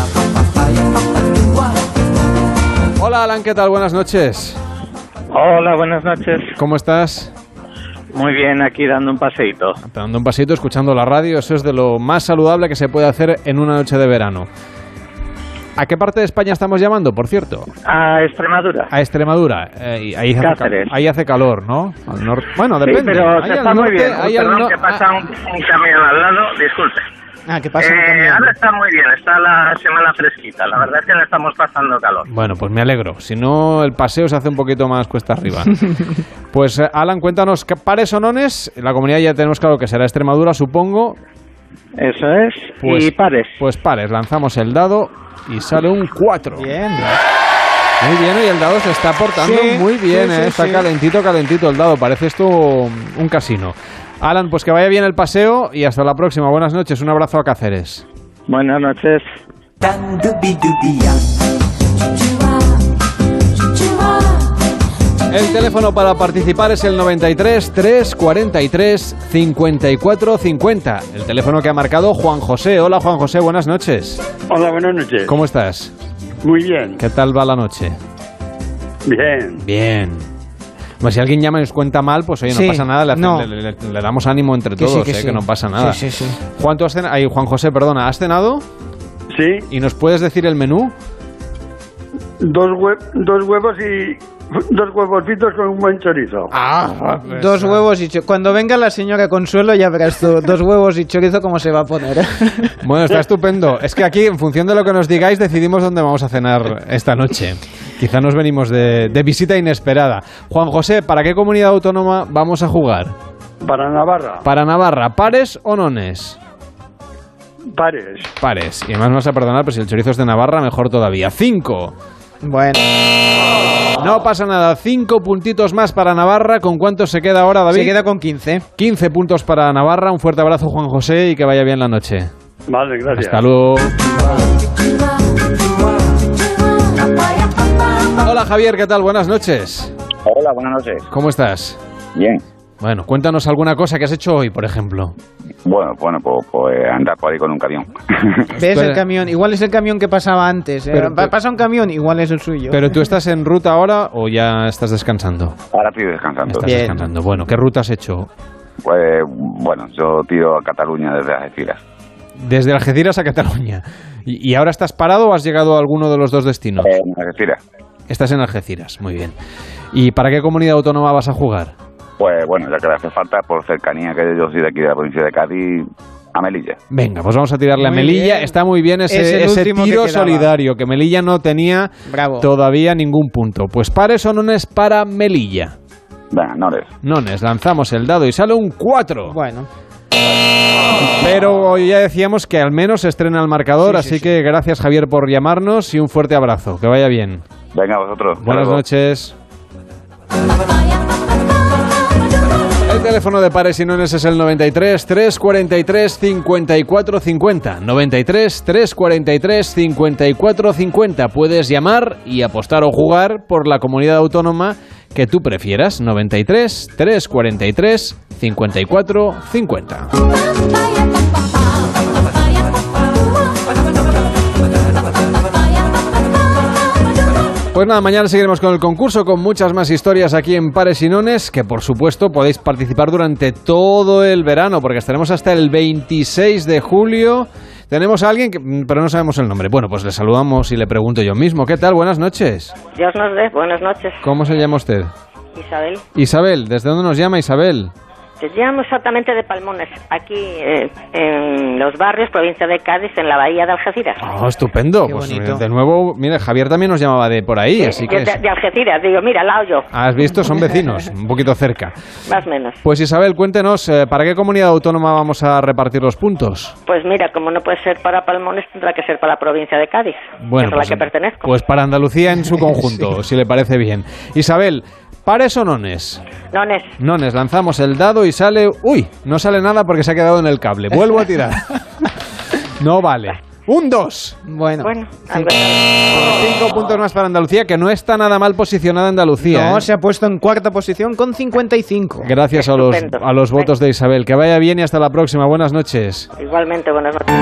Hola, Alan, ¿qué tal? Buenas noches. Hola, buenas noches. ¿Cómo estás? Muy bien, aquí dando un paseíto. Dando un pasito, escuchando la radio. Eso es de lo más saludable que se puede hacer en una noche de verano. ¿A qué parte de España estamos llamando, por cierto? A Extremadura. A Extremadura. Eh, y ahí, hace Cáceres. ca- ahí hace calor, ¿no? Al norte. Bueno, Sí, depende. pero Ahí se al está muy norte, bien. ahí al Perdón, no- que pasa un, un camión al lado, disculpe. Ah, que pasa un Eh, camión. ahora está muy bien, está la semana fresquita. La verdad es que le estamos pasando calor. Bueno, pues me alegro. Si no, el paseo se hace un poquito más cuesta arriba. Pues, eh, Alan, cuéntanos, ¿qué pares o nones? La comunidad ya tenemos claro que será Extremadura, supongo. Eso es. Pues, y pares. Pues pares, lanzamos el dado y sale un cuatro. Bien. Muy bien, y el dado se está portando Sí, muy bien, sí, ¿eh? sí, Está sí. calentito, calentito el dado. Parece esto un casino. Alan, pues que vaya bien el paseo y hasta la próxima. Buenas noches, un abrazo a Cáceres. Buenas noches. El teléfono para participar es el noventa y tres, trescientos cuarenta y tres, cincuenta y cuatro cincuenta. El teléfono que ha marcado Juan José. Hola, Juan José, buenas noches. Hola, buenas noches. ¿Cómo estás? Muy bien. ¿Qué tal va la noche? Bien. Bien. Bueno, si alguien llama y nos cuenta mal, pues oye, no Sí, pasa nada, le, hace- no. le- le- le damos ánimo entre Que sí, todos, que eh, sí. que no pasa nada. Sí, sí, sí. Juan, ¿tú has cena- ay, Juan José, perdona, ¿has cenado? Sí. ¿Y nos puedes decir el menú? Dos, hue- dos huevos y dos huevos fritos con un buen chorizo. Ah, Dos huevos y chorizo. Cuando venga la señora Consuelo ya verás tú, dos huevos y chorizo cómo se va a poner. Bueno, está estupendo. Es que aquí, en función de lo que nos digáis, decidimos dónde vamos a cenar esta noche. Quizá nos venimos de, de visita inesperada. Juan José, ¿para qué comunidad autónoma vamos a jugar? Para Navarra. ¿Para Navarra, pares o nones? Pares. Pares. Y además me vas a perdonar, pero si el chorizo es de Navarra, mejor todavía. Cinco. Bueno. No pasa nada. Cinco puntitos más para Navarra. ¿Con cuánto se queda ahora, David? Se queda con quince. quince puntos para Navarra. Un fuerte abrazo, Juan José, y que vaya bien la noche. Vale, gracias. Hasta luego. Hola, Javier, ¿qué tal? Buenas noches. Hola, buenas noches. ¿Cómo estás? Bien. Bueno, cuéntanos alguna cosa que has hecho hoy, por ejemplo. Bueno, bueno, pues, pues andar por ahí con un camión. ¿Ves el camión? Igual es el camión que pasaba antes. ¿eh? Pero- Pa- Pasa un camión, igual es el suyo. ¿Pero tú estás en ruta ahora o ya estás descansando? Ahora estoy descansando. Estás descansando. Bueno, ¿qué ruta has hecho? Pues bueno, yo tiro a Cataluña desde Algeciras. Desde Algeciras a Cataluña. ¿Y, y ahora estás parado o has llegado a alguno de los dos destinos? En Algeciras. Estás en Algeciras, muy bien. ¿Y para qué comunidad autónoma vas a jugar? Pues bueno, ya que le hace falta, por cercanía, que yo soy de aquí de la provincia de Cádiz, a Melilla. Venga, pues vamos a tirarle a Muy Melilla. bien. Está muy bien ese, Es el ese último que tiro quedaba. solidario, que Melilla no tenía Bravo. todavía ningún punto. Pues pares o nones para Melilla. Venga, no les. Nones, lanzamos el dado y sale un cuatro. Bueno. Pero ya decíamos que al menos se estrena el marcador, Sí, sí, así sí. que gracias, Javier, por llamarnos y un fuerte abrazo. Que vaya bien. Venga, vosotros. hasta Buenas luego. noches. El teléfono de pares y nones es el noventa y tres, trescientos cuarenta y tres, cincuenta y cuatro cincuenta. noventa y tres, trescientos cuarenta y tres, cincuenta y cuatro cincuenta. Puedes llamar y apostar o jugar por la comunidad autónoma que tú prefieras. noventa y tres, trescientos cuarenta y tres, cincuenta y cuatro cincuenta. Pues nada, mañana seguiremos con el concurso, con muchas más historias aquí en Pares y Nones, que por supuesto podéis participar durante todo el verano, porque estaremos hasta el veintiséis de julio. Tenemos a alguien, que, pero no sabemos el nombre. Bueno, pues le saludamos y le pregunto yo mismo. ¿Qué tal? Buenas noches. Dios nos dé, buenas noches. ¿Cómo se llama usted? Isabel. Isabel, ¿desde dónde nos llama Isabel? Te llamo exactamente de Palmones, aquí eh, en los barrios, provincia de Cádiz, en la bahía de Algeciras. Oh, estupendo. Qué Pues bonito. de nuevo, mire, Javier también nos llamaba de por ahí, Sí, así yo que... de, es- de Algeciras, digo, mira, al lado yo, Has visto, son vecinos, un poquito cerca. más o menos. Pues Isabel, cuéntenos, eh, ¿para qué comunidad autónoma vamos a repartir los puntos? Pues mira, como no puede ser para Palmones, tendrá que ser para la provincia de Cádiz, Bueno, que es a pues, la que pertenezco. pues para Andalucía en su conjunto, si le parece bien. Isabel, ¿pares o nones? Nones. Nones, lanzamos el dado y sale... Uy, no sale nada porque se ha quedado en el cable. Vuelvo a tirar. No vale. Un dos. Bueno. Bueno, algo- Cinco puntos más para Andalucía, que no está nada mal posicionada Andalucía. No, ¿eh? se ha puesto en cuarta posición con cincuenta y cinco. Gracias a los, Estupendo. a los votos de Isabel. Que vaya bien y hasta la próxima. Buenas noches. Igualmente, buenas noches.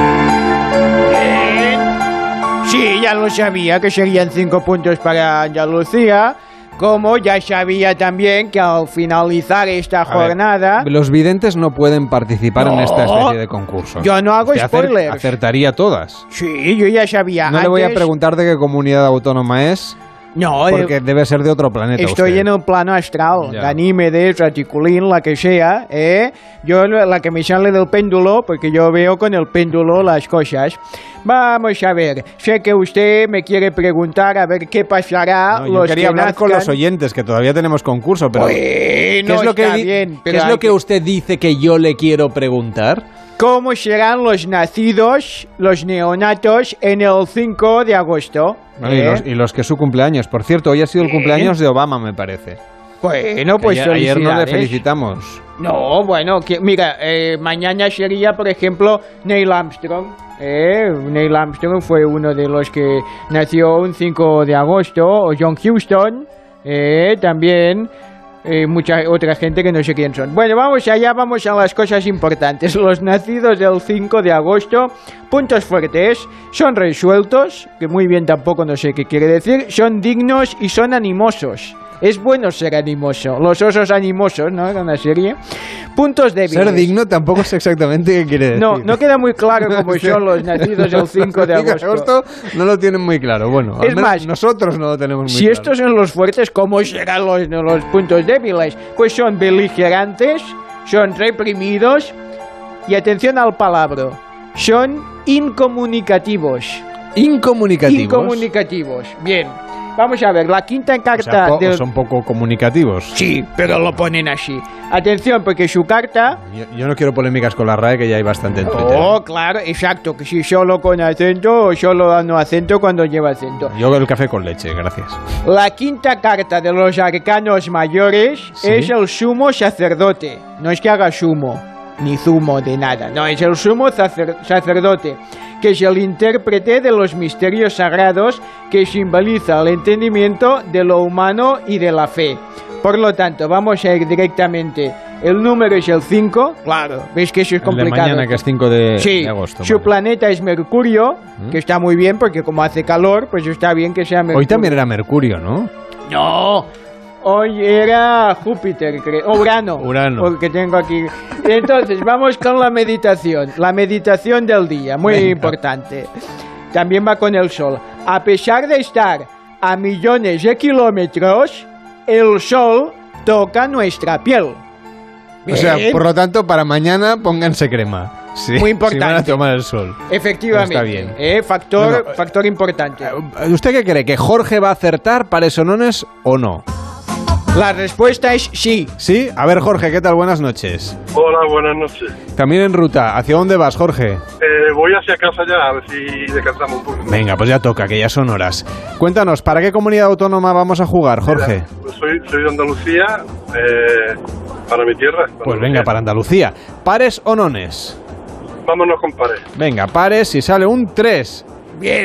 Sí, ya lo sabía que serían cinco puntos para Andalucía. Como ya sabía también que al finalizar esta A ver, jornada... los videntes no pueden participar en No. esta especie de concurso. Yo no hago Te acer- spoilers. Acertaría todas. Sí, yo ya sabía. No le voy a Antes- preguntar de qué comunidad autónoma es, No, porque eh, debe ser de otro planeta. estoy usted. en el plano astral. Ya. Ganímedes, Raticulín, la que sea, ¿eh? Yo la que me sale del péndulo, porque yo veo con el péndulo las cosas. Vamos a ver, sé que usted me quiere preguntar a ver qué pasará. No, yo los quería que hablar con nazcan. los oyentes, que todavía tenemos concurso, pero... Bueno, ¿Qué es lo que, está di- bien, ¿qué pero es hay lo que que- usted dice que yo le quiero preguntar? ¿Cómo serán los nacidos, los neonatos, en el cinco de agosto? Bueno, y, ¿Eh? los, y los que es su cumpleaños. Por cierto, hoy ha sido el Sí. cumpleaños de Obama, me parece. Bueno, pues ayer, ayer no le felicidades. felicitamos. No, bueno, que, mira, eh, mañana sería, por ejemplo, Neil Armstrong. Eh, Neil Armstrong fue uno de los que nació un cinco de agosto, o John Houston, Eh, también eh, mucha otra gente que no sé quién son. Bueno, vamos allá, vamos a las cosas importantes. Los nacidos el cinco de agosto, puntos fuertes, son resueltos, que muy bien tampoco no sé qué quiere decir, son dignos y son animosos. Es bueno ser animoso. Los osos animosos, ¿no? Era una serie. Puntos débiles. Ser digno tampoco sé exactamente qué quiere decir. No, no queda muy claro cómo son los nacidos el cinco de agosto. agosto no lo tienen muy claro. Bueno, es más, nosotros no lo tenemos muy si claro. Si estos son los fuertes, ¿cómo serán los, los puntos débiles? Pues son beligerantes, son reprimidos y atención al palabra, son incomunicativos. ¿Incomunicativos? Incomunicativos. Bien. Vamos a ver, la quinta carta... O sea, del... son poco comunicativos. Sí, pero lo ponen así. Atención, porque su carta... Yo, yo no quiero polémicas con la R A E, que ya hay bastante en Twitter. Oh, claro, exacto, que si solo con acento o solo no acento cuando lleva acento. Yo el café con leche, gracias. La quinta carta de los arcanos mayores, ¿sí?, es el sumo sacerdote. No es que haga sumo, ni zumo de nada. No, es el sumo sacer- sacerdote, que es el intérprete de los misterios sagrados, que simboliza el entendimiento de lo humano y de la fe. Por lo tanto, vamos a ir directamente. El número es el cinco, claro, veis que eso es complicado. El de mañana, que es cinco de, sí, de agosto. Su vale. planeta es Mercurio, ¿Mm? que está muy bien, porque como hace calor, pues está bien que sea Mercurio. Hoy también era Mercurio, ¿no? No, hoy era Júpiter, creo. O Urano. Urano. Porque tengo aquí. Entonces, vamos con la meditación. La meditación del día, muy Venga. importante. También va con el Sol. A pesar de estar a millones de kilómetros, el Sol toca nuestra piel. Bien. O sea, por lo tanto, para mañana pónganse crema. Sí, muy importante. Si van a tomar el sol. Efectivamente. Está bien. Eh, factor, bueno, factor importante. ¿Usted qué cree? ¿Que Jorge va a acertar pares o nones o no? La respuesta es sí. ¿Sí? A ver, Jorge, ¿qué tal? Buenas noches. Hola, buenas noches. También en ruta. ¿Hacia dónde vas, Jorge? Eh, voy hacia casa ya, a ver si descansamos un poco. Venga, pues ya toca, que ya son horas. Cuéntanos, ¿para qué comunidad autónoma vamos a jugar, Jorge? Mira, pues soy, soy de Andalucía, eh, para mi tierra. Para pues venga, para Andalucía. ¿Pares o nones? Vámonos con pares. Venga, pares y sale un tres. Bien.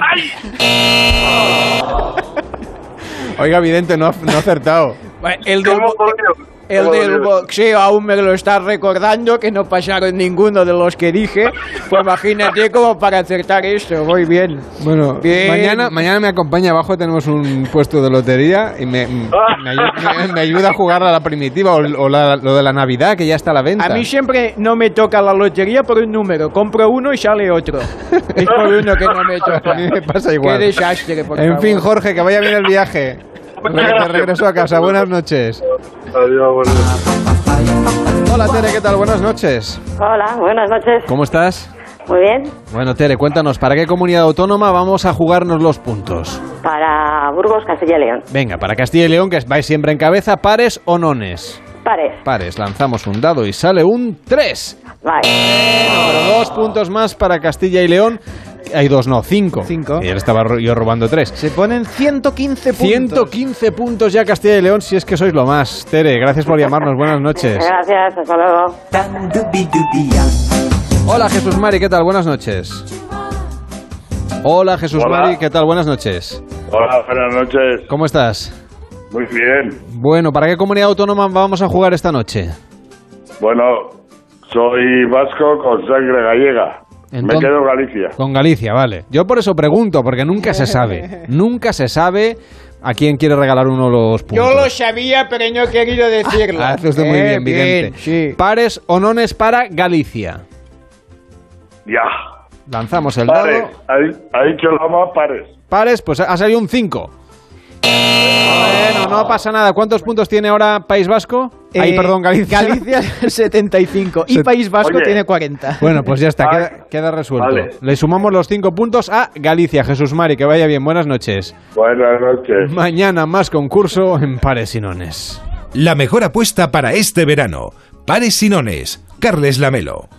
Oiga, vidente, no ha, no ha acertado. El del, el del boxeo aún me lo está recordando, que no pasaron ninguno de los que dije. Pues imagínate como para acertar esto. Muy bien. Bueno, bien. Mañana, mañana me acompaña abajo, tenemos un puesto de lotería y me, me, me, me ayuda a jugar a la primitiva o, o la, lo de la Navidad, que ya está a la venta. A mí siempre no me toca la lotería por un número. Compro uno y sale otro. Es por uno que no me toca. A mí me pasa igual. Qué desastre, por En favor. fin, Jorge, que vaya bien el viaje. De regreso a casa, buenas noches. Adiós, buenas noches. Hola, Tere, ¿qué tal? Buenas noches. Hola, buenas noches. ¿Cómo estás? Muy bien. Bueno, Tere, cuéntanos, ¿para qué comunidad autónoma vamos a jugarnos los puntos? Para Burgos, Castilla y León. Venga, para Castilla y León, que vais siempre en cabeza, ¿pares o nones? Pares. Pares, lanzamos un dado y sale un tres. Vale. Bueno, dos puntos más para Castilla y León. Hay dos, no, cinco. Cinco. Y él estaba yo robando tres. Se ponen ciento quince puntos. ciento quince puntos ya Castilla y León, si es que sois lo más. Tere, gracias por llamarnos. Buenas noches. Gracias, hasta luego. Hola, Jesús Mari, ¿qué tal? Buenas noches. Hola, Jesús Hola. Mari, ¿qué tal? Buenas noches. Hola, buenas noches. ¿Cómo estás? Muy bien. Bueno, ¿para qué comunidad autónoma vamos a jugar esta noche? Bueno, soy vasco con sangre gallega. Entonces, Me quedo Galicia. Con Galicia, vale. Yo por eso pregunto, porque nunca se sabe. Nunca se sabe a quién quiere regalar uno de los puntos. Yo lo sabía, pero no he querido decirlo. Ah, hace usted muy eh, bien, vidente. Bien, sí. Pares o nones para Galicia. Ya. Lanzamos el Pares. dado. Ha, ha dicho la más pares. Pares, pues ha salido un cinco. Bueno, no pasa nada. ¿Cuántos puntos tiene ahora País Vasco? Eh, Ahí, perdón, Galicia. Galicia setenta y cinco y Set- País Vasco Oye. tiene cuarenta. Bueno, pues ya está, Ah, queda, queda resuelto. vale. Le sumamos los cinco puntos a Galicia. Jesús Mari, que vaya bien. Buenas noches. Buenas noches. Mañana más concurso en Pares y Nones. La mejor apuesta para este verano. Pares y nones. Carles Lamelo.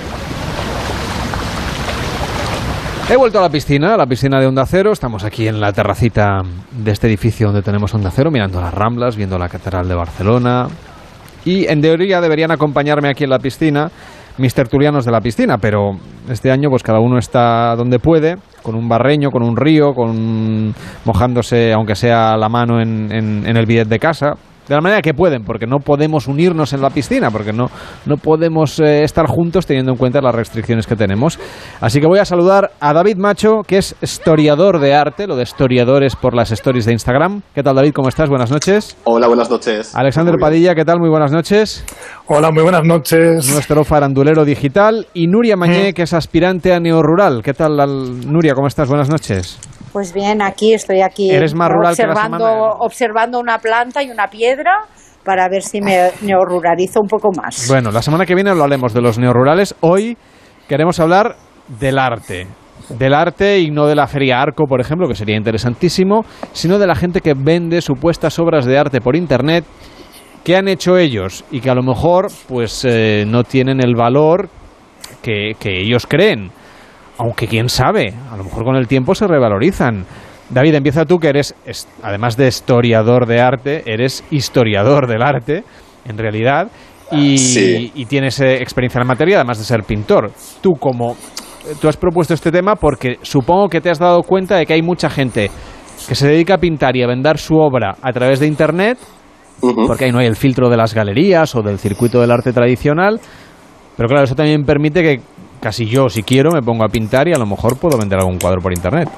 He vuelto a la piscina, a la piscina de Onda Cero. Estamos aquí en la terracita de este edificio donde tenemos Onda Cero, mirando las Ramblas, viendo la Catedral de Barcelona. Y en teoría deberían acompañarme aquí en la piscina mis tertulianos de la piscina, pero este año pues cada uno está donde puede, con un barreño, con un río, con mojándose, aunque sea la mano en, en, en el bidet de casa, de la manera que pueden, porque no podemos unirnos en la piscina, porque no, no podemos eh, estar juntos teniendo en cuenta las restricciones que tenemos. Así que voy a saludar a David Macho, que es historiador de arte, lo de historiadores por las stories de Instagram. ¿Qué tal, David? ¿Cómo estás? Buenas noches. Hola, buenas noches. Alexander Padilla, ¿qué tal? Muy buenas noches. Hola, muy buenas noches. Nuestro farandulero digital. Y Nuria Mañé, mm. que es aspirante a Neorural. ¿Qué tal, Nuria? ¿Cómo estás? Buenas noches. Pues bien, aquí estoy aquí. ¿Eres más rural observando, que la semana? observando una planta y una piedra para ver si me neoruralizo un poco más. Bueno, la semana que viene hablaremos de los neorurales. Hoy queremos hablar del arte. Del arte y no de la Feria Arco, por ejemplo, que sería interesantísimo, sino de la gente que vende supuestas obras de arte por Internet que han hecho ellos y que a lo mejor pues eh, no tienen el valor que, que ellos creen. Aunque quién sabe, a lo mejor con el tiempo se revalorizan. David, empieza tú, que eres, además de historiador de arte, eres historiador del arte, en realidad, y, sí. y tienes eh, experiencia en la materia, además de ser pintor. Tú, como, tú has propuesto este tema porque supongo que te has dado cuenta de que hay mucha gente que se dedica a pintar y a vender su obra a través de Internet, uh-huh. porque ahí no hay el filtro de las galerías o del circuito del arte tradicional, pero claro, eso también permite que casi yo, si quiero, me pongo a pintar y a lo mejor puedo vender algún cuadro por Internet.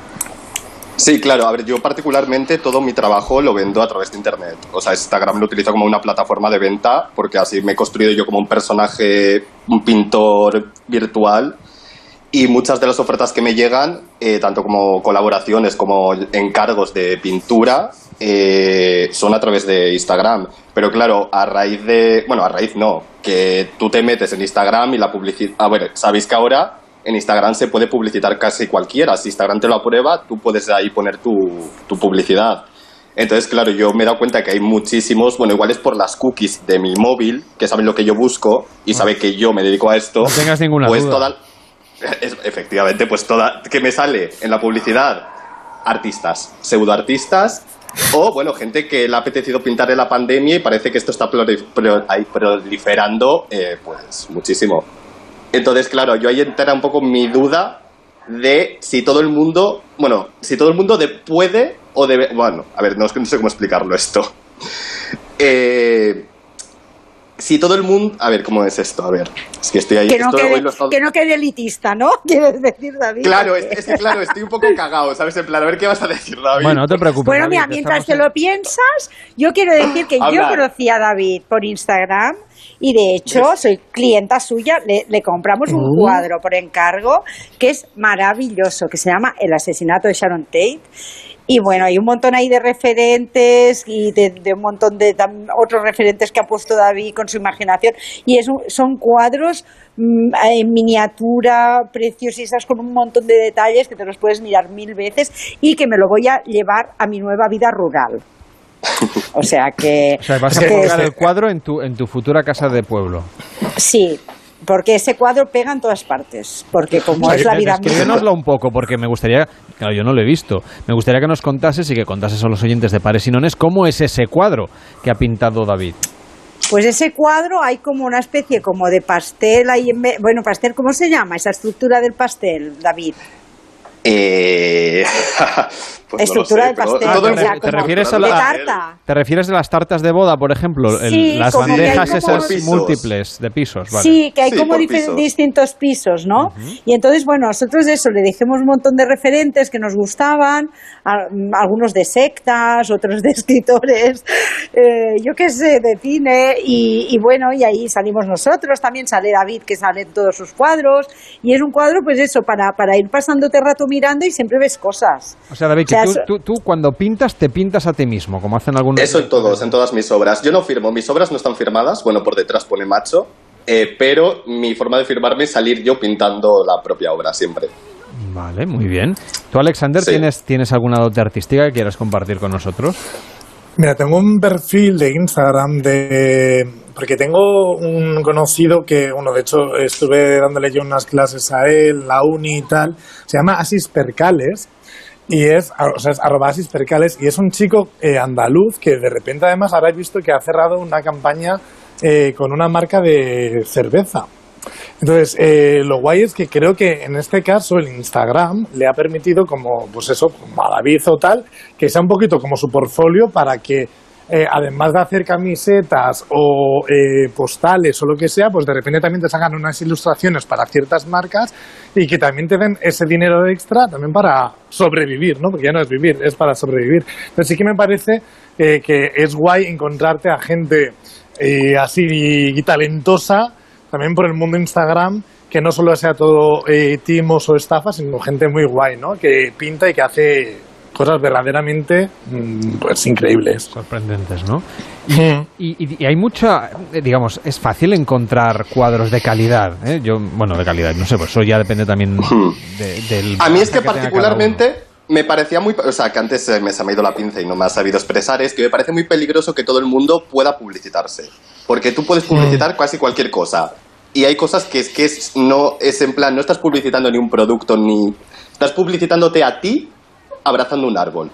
Sí, claro. A ver, yo particularmente todo mi trabajo lo vendo a través de Internet. O sea, Instagram lo utilizo como una plataforma de venta porque así me he construido yo como un personaje, un pintor virtual. Y muchas de las ofertas que me llegan, eh, tanto como colaboraciones como encargos de pintura, eh, son a través de Instagram. Pero claro, a raíz de... Bueno, a raíz no, que tú te metes en Instagram y la publicidad... A ver, sabéis que ahora en Instagram se puede publicitar casi cualquiera. Si Instagram te lo aprueba, tú puedes ahí poner tu, tu publicidad. Entonces, claro, yo me he dado cuenta que hay muchísimos... Bueno, igual es por las cookies de mi móvil, que saben lo que yo busco y saben que yo me dedico a esto. No tengas ninguna pues duda. Toda, es, efectivamente, pues toda... ¿Qué me sale en la publicidad? Artistas, pseudoartistas... O, bueno, gente que le ha apetecido pintar en la pandemia y parece que esto está proliferando, eh, pues, muchísimo. Entonces, claro, yo ahí entra un poco mi duda de si todo el mundo, bueno, si todo el mundo de puede o debe... Bueno, a ver, no, no sé cómo explicarlo esto. Eh... Si todo el mundo... A ver, ¿cómo es esto? A ver, es que estoy ahí... Que no, esto quede, hoy lo estado... que no quede elitista, ¿no? Quieres decir, David. Claro, es, es que claro, estoy un poco cagado, ¿sabes? En plan, a ver qué vas a decir, David. Bueno, no te preocupes, Bueno, David, mira, mientras te en... lo piensas, yo quiero decir que Habla. yo conocí a David por Instagram y de hecho soy clienta suya, le, le compramos un Uh. cuadro por encargo que es maravilloso, que se llama El asesinato de Sharon Tate. Y bueno, hay un montón ahí de referentes y de, de un montón de tam, otros referentes que ha puesto David con su imaginación. Y es un, son cuadros mmm, en miniatura, preciosas, con un montón de detalles que te los puedes mirar mil veces y que me lo voy a llevar a mi nueva vida rural. O sea que... O sea, vas a colocar el cuadro en tu, en tu futura casa de pueblo. Sí. Porque ese cuadro pega en todas partes, porque como o sea, es la vida misma. Descríbenoslo un poco, porque me gustaría, claro, yo no lo he visto, me gustaría que nos contases y que contases a los oyentes de Pares y Nones cómo es ese cuadro que ha pintado David. Pues ese cuadro hay como una especie como de pastel, ahí en me... bueno, pastel, ¿cómo se llama esa estructura del pastel, David? Eh... pues estructura no de pastel. Ah, o sea, ¿Te, refieres a la, de tarta? ¿Te refieres a las tartas de boda, por ejemplo? Sí, el, las como bandejas que hay como esas pisos. múltiples de pisos. Vale. Sí, que hay sí, como dif- pisos. distintos pisos, ¿no? Uh-huh. Y entonces, bueno, nosotros de eso le dijimos un montón de referentes que nos gustaban, a, algunos de sectas, otros de escritores, eh, yo qué sé, de cine, y, y bueno, y ahí salimos nosotros, también sale David, que sale en todos sus cuadros, y es un cuadro, pues eso, para, para ir pasándote rato mirando y siempre ves cosas. O sea, David, O sea, que tú, eso- tú, tú cuando pintas, te pintas a ti mismo, como hacen algunos... Eso en todos, en todas mis obras. Yo no firmo, mis obras no están firmadas, bueno, por detrás pone macho, eh, pero mi forma de firmarme es salir yo pintando la propia obra siempre. Vale, muy bien. ¿Tú, Alexander, Sí. ¿tienes, ¿tienes alguna dote artística que quieras compartir con nosotros? Mira, tengo un perfil de Instagram de... Porque tengo un conocido que, bueno, de hecho estuve dándole yo unas clases a él, la uni y tal, se llama Asis Percales, y es, o sea, es arroba Asis Percales, y es un chico eh, andaluz que de repente además habrá visto que ha cerrado una campaña eh, con una marca de cerveza. Entonces, eh, lo guay es que creo que en este caso el Instagram le ha permitido como, pues eso, como a David o tal, que sea un poquito como su portfolio para que Eh, además de hacer camisetas o eh, postales o lo que sea, pues de repente también te sacan unas ilustraciones para ciertas marcas y que también te den ese dinero extra también para sobrevivir, ¿no? Porque ya no es vivir, es para sobrevivir. Entonces sí que me parece eh, que es guay encontrarte a gente eh, así y talentosa también por el mundo Instagram, que no solo sea todo eh, timos o estafas, sino gente muy guay, ¿no? Que pinta y que hace cosas verdaderamente pues increíbles, sorprendentes, ¿no? Y, y, y hay mucha, digamos, es fácil encontrar cuadros de calidad, ¿eh? Yo, bueno, de calidad, no sé, pues eso ya depende también de, del... A mí es que, que particularmente me parecía muy... O sea, que antes se me, se me ha ido la pinza y no me ha sabido expresar, es que me parece muy peligroso que todo el mundo pueda publicitarse, porque tú puedes publicitar casi cualquier cosa, y hay cosas que es que es, no es en plan, no estás publicitando ni un producto, ni... Estás publicitándote a ti abrazando un árbol.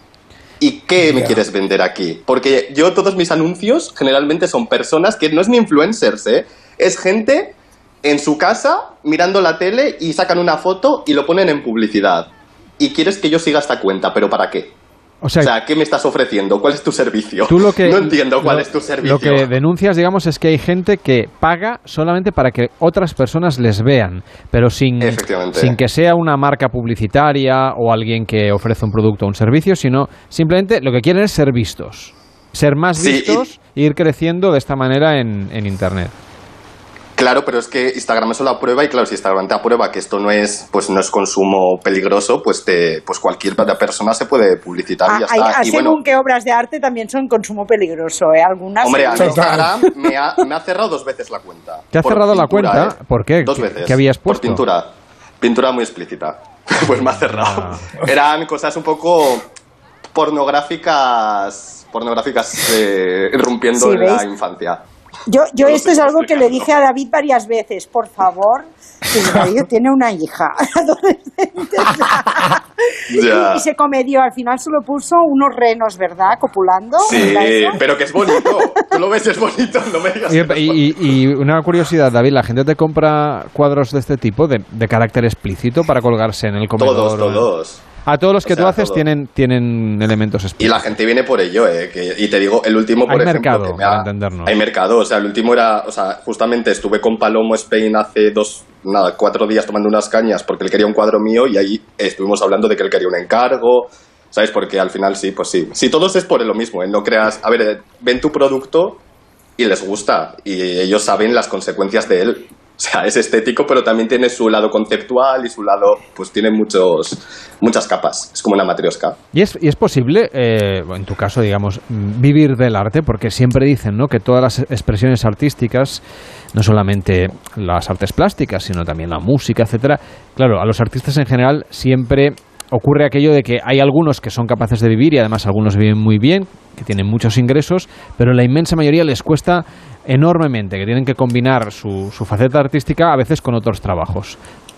¿Y qué yeah. me quieres vender aquí? Porque yo todos mis anuncios generalmente son personas que no es ni influencers, ¿eh? Es gente en su casa mirando la tele y sacan una foto y lo ponen en publicidad. Y quieres que yo siga esta cuenta, ¿pero para qué? O sea, o sea, ¿qué me estás ofreciendo? ¿Cuál es tu servicio? Tú lo que, no entiendo cuál lo, es tu servicio. Lo que denuncias, digamos, es que hay gente que paga solamente para que otras personas les vean, pero sin, sin que sea una marca publicitaria o alguien que ofrece un producto o un servicio, sino simplemente lo que quieren es ser vistos. Ser más vistos sí, y... e ir creciendo de esta manera en, en Internet. Claro, pero es que Instagram eso lo aprueba y claro, si Instagram te aprueba que esto no es, pues no es consumo peligroso, pues te, pues cualquier persona se puede publicitar y ya hay, está. Y según bueno, qué obras de arte también son consumo peligroso, ¿eh? Algunas. Hombre, a Instagram me ha, me ha cerrado dos veces la cuenta. ¿Te ha cerrado pintura, la cuenta? ¿eh? ¿Por qué? Dos veces. ¿Qué habías puesto? Por pintura. Pintura muy explícita. Pues me ha cerrado. Ah. Eran cosas un poco pornográficas, pornográficas eh, irrumpiendo sí, en la infancia. Yo, yo esto es algo que le dije a David varias veces, por favor, que mi marido tiene una hija adolescente. Ya. Y se comedió, al final solo puso unos renos, ¿verdad? Copulando. Sí, pero que es bonito. Tú lo ves y es bonito, no me digas. Y, y, y una curiosidad, David, ¿la gente te compra cuadros de este tipo, de, de carácter explícito, para colgarse en el comedor? Todos, todos. A todos los que o sea, tú haces todo. tienen tienen elementos explícitos. Y la gente viene por ello, ¿eh? Que, y te digo, el último, por hay ejemplo... mercado, que me ha, para entendernos. Hay mercado, o sea, el último era... O sea, justamente estuve con Palomo Spain hace dos... Nada, cuatro días tomando unas cañas porque él quería un cuadro mío y ahí estuvimos hablando de que él quería un encargo, ¿sabes? Porque al final sí, pues sí. Si todos es por lo mismo, ¿eh? No creas... A ver, ven tu producto y les gusta y ellos saben las consecuencias de él. O sea, es estético, pero también tiene su lado conceptual y su lado, pues tiene muchos, muchas capas. Es como una matrioska. ¿Y es, y es posible, eh, en tu caso, digamos, vivir del arte? Porque siempre dicen, ¿no?, que todas las expresiones artísticas, no solamente las artes plásticas, sino también la música, etcétera. Claro, a los artistas en general siempre ocurre aquello de que hay algunos que son capaces de vivir y además algunos viven muy bien, que tienen muchos ingresos, pero la inmensa mayoría les cuesta enormemente, que tienen que combinar su, su faceta artística a veces con otros trabajos.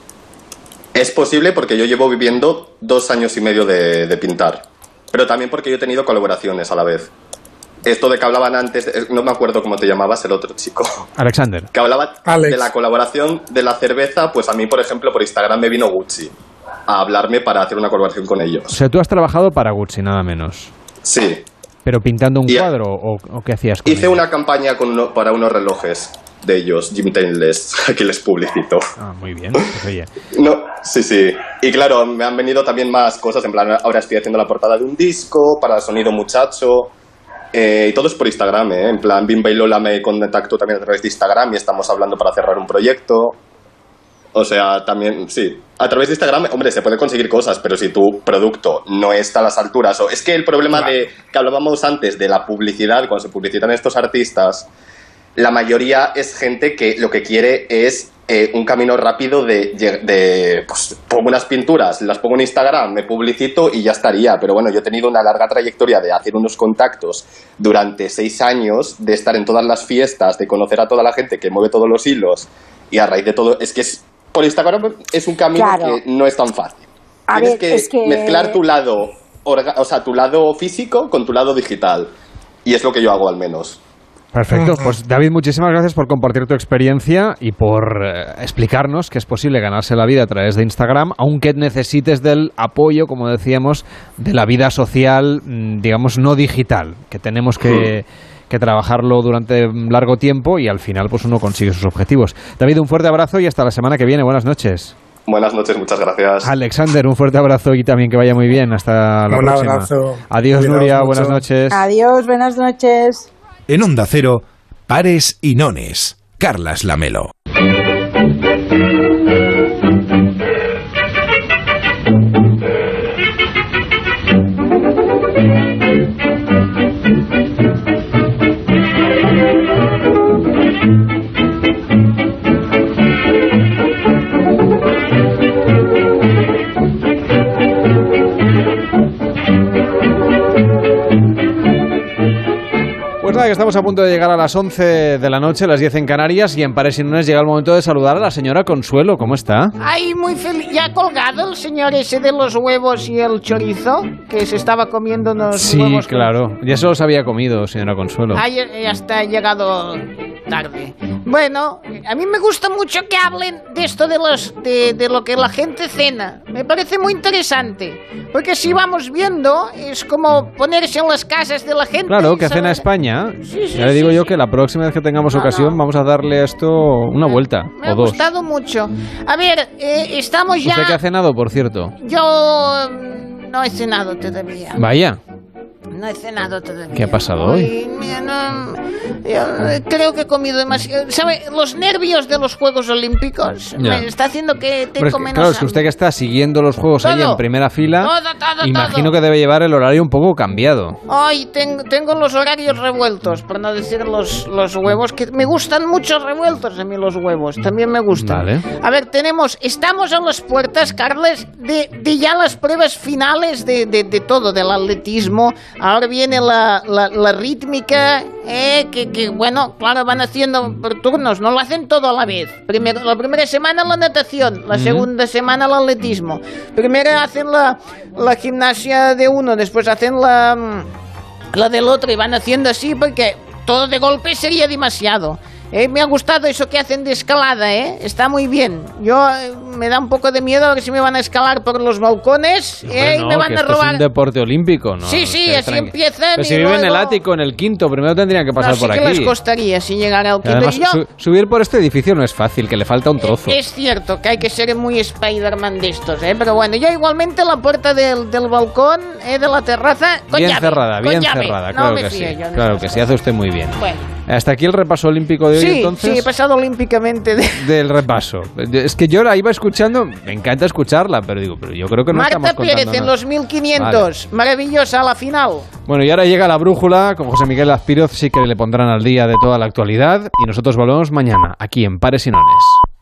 Es posible porque yo llevo viviendo dos años y medio de, de pintar, pero también porque yo he tenido colaboraciones a la vez. Esto de que hablaban antes, no me acuerdo cómo te llamabas, el otro chico. Alexander. Que hablaba Alex. de la colaboración de la cerveza, pues a mí, por ejemplo, por Instagram me vino Gucci a hablarme para hacer una colaboración con ellos. O sea, tú has trabajado para Gucci, nada menos. Sí. ¿Pero pintando un y cuadro o, o qué hacías con Hice ellos? una campaña con uno, para unos relojes de ellos, Jim Tainless, aquí les publicito. Ah, muy bien. Pues, oye. No, sí, sí. Y claro, me han venido también más cosas, en plan, ahora estoy haciendo la portada de un disco, para Sonido Muchacho, eh, y todo es por Instagram, ¿eh? En plan, Bimba y Lola me contactó también a través de Instagram y estamos hablando para cerrar un proyecto. O sea, también, sí. A través de Instagram, hombre, se puede conseguir cosas, pero si tu producto no está a las alturas... O es que el problema claro. de que hablábamos antes de la publicidad, cuando se publicitan estos artistas, la mayoría es gente que lo que quiere es eh, un camino rápido de, de... Pues pongo unas pinturas, las pongo en Instagram, me publicito y ya estaría. Pero bueno, yo he tenido una larga trayectoria de hacer unos contactos durante seis años, de estar en todas las fiestas, de conocer a toda la gente que mueve todos los hilos, y a raíz de todo... Es que es... Por Instagram es un camino claro. que no es tan fácil. A Tienes ver, que, es que mezclar tu lado, orga, o sea, tu lado físico con tu lado digital. Y es lo que yo hago al menos. Perfecto, Ujú. pues David, muchísimas gracias por compartir tu experiencia y por eh, explicarnos que es posible ganarse la vida a través de Instagram, aunque necesites del apoyo, como decíamos, de la vida social, mm, digamos, no digital, que tenemos que, que trabajarlo durante un largo tiempo y al final pues uno consigue sus objetivos. David, un fuerte abrazo y hasta la semana que viene. Buenas noches. Buenas noches, muchas gracias. Alexander, un fuerte abrazo y también que vaya muy bien. Hasta la Un próxima. abrazo. Adiós, Cuidaos Nuria. mucho. Buenas noches. Adiós, buenas noches. En Onda Cero, Pares y Nones. Carlas Lamelo. Pues nada, que estamos a punto de llegar a las once de la noche, las diez en Canarias, y en Pares y Nones llega el momento de saludar a la señora Consuelo. ¿Cómo está? Ay, muy feliz. ¿Ya ha colgado el señor ese de los huevos y el chorizo? Que se estaba comiendo unos Sí, huevos. con- claro. Ya se los había comido, señora Consuelo. Ah, ya, ya está llegado tarde. Bueno, a mí me gusta mucho que hablen de esto de, los, de, de lo que la gente cena. Me parece muy interesante. Porque si vamos viendo, es como ponerse en las casas de la gente. Claro, y que cena saber- España. Sí, sí, Ya le digo sí, yo sí. que la próxima vez que tengamos No, ocasión no. vamos a darle a esto una vuelta Me o ha dos. gustado mucho. A ver, eh, estamos ya... ¿Usted qué ha cenado, por cierto? Yo mm, no he cenado todavía. Vaya, No he cenado todavía. ¿qué ha pasado hoy? Ay, mira, no, yo, eh, creo que he comido demasiado. ¿Sabe? Los nervios de los Juegos Olímpicos Ya. me está haciendo que Pero tengo es que, menos claro, es que usted hambre. que está siguiendo los juegos ahí Todo. en primera fila, Todo, todo, imagino todo. que debe llevar el horario un poco cambiado. Ay, tengo, tengo los horarios revueltos, por no decir los, los huevos, que me gustan mucho revueltos a mí los huevos, también me gustan. Vale. A ver, tenemos, estamos a las puertas, Carles, de, de ya las pruebas finales de, de, de todo, del atletismo. Ahora viene la, la, la rítmica, eh, que, que, bueno, claro, van haciendo por turnos, no lo hacen todo a la vez. Primero, la primera semana la natación, la Ujú. segunda semana el atletismo. Primero hacen la, la gimnasia de uno, después hacen la, mm, la del otro y van haciendo así porque todo de golpe sería demasiado. Eh, me ha gustado eso que hacen de escalada, ¿eh? Está muy bien. Yo eh, me da un poco de miedo a ver si me van a escalar por los balcones eh, Hombre, y no, me van que a esto robar. es un deporte olímpico, ¿no? Sí, sí, Usted así tranqui- empiezan Pero y si vive en el luego- ático, en el quinto, primero tendrían que pasar No, sí por que aquí. les costaría si llegara al Y quinto. además, Y yo- su- subir por este edificio no es fácil, que le falta un trozo. Es cierto que hay que ser muy Spider-Man de estos, ¿eh? Pero bueno, yo igualmente la puerta del, del balcón, eh, de la terraza, con Bien llave, cerrada, con bien llave. cerrada, No claro me que fío sí. yo de Claro esas que sí, hace usted muy bien. Bueno. Hasta aquí el repaso olímpico de hoy, Sí, entonces. sí, he pasado olímpicamente de... Del repaso. Es que yo la iba escuchando, me encanta escucharla, pero digo, pero yo creo que no estamos Marta contando Pérez en nada. los mil quinientos, maravillosa la final. Bueno, y ahora llega la brújula con José Miguel Azpiroz, sí que le pondrán al día de toda la actualidad y nosotros volvemos mañana aquí en Pares y Nones.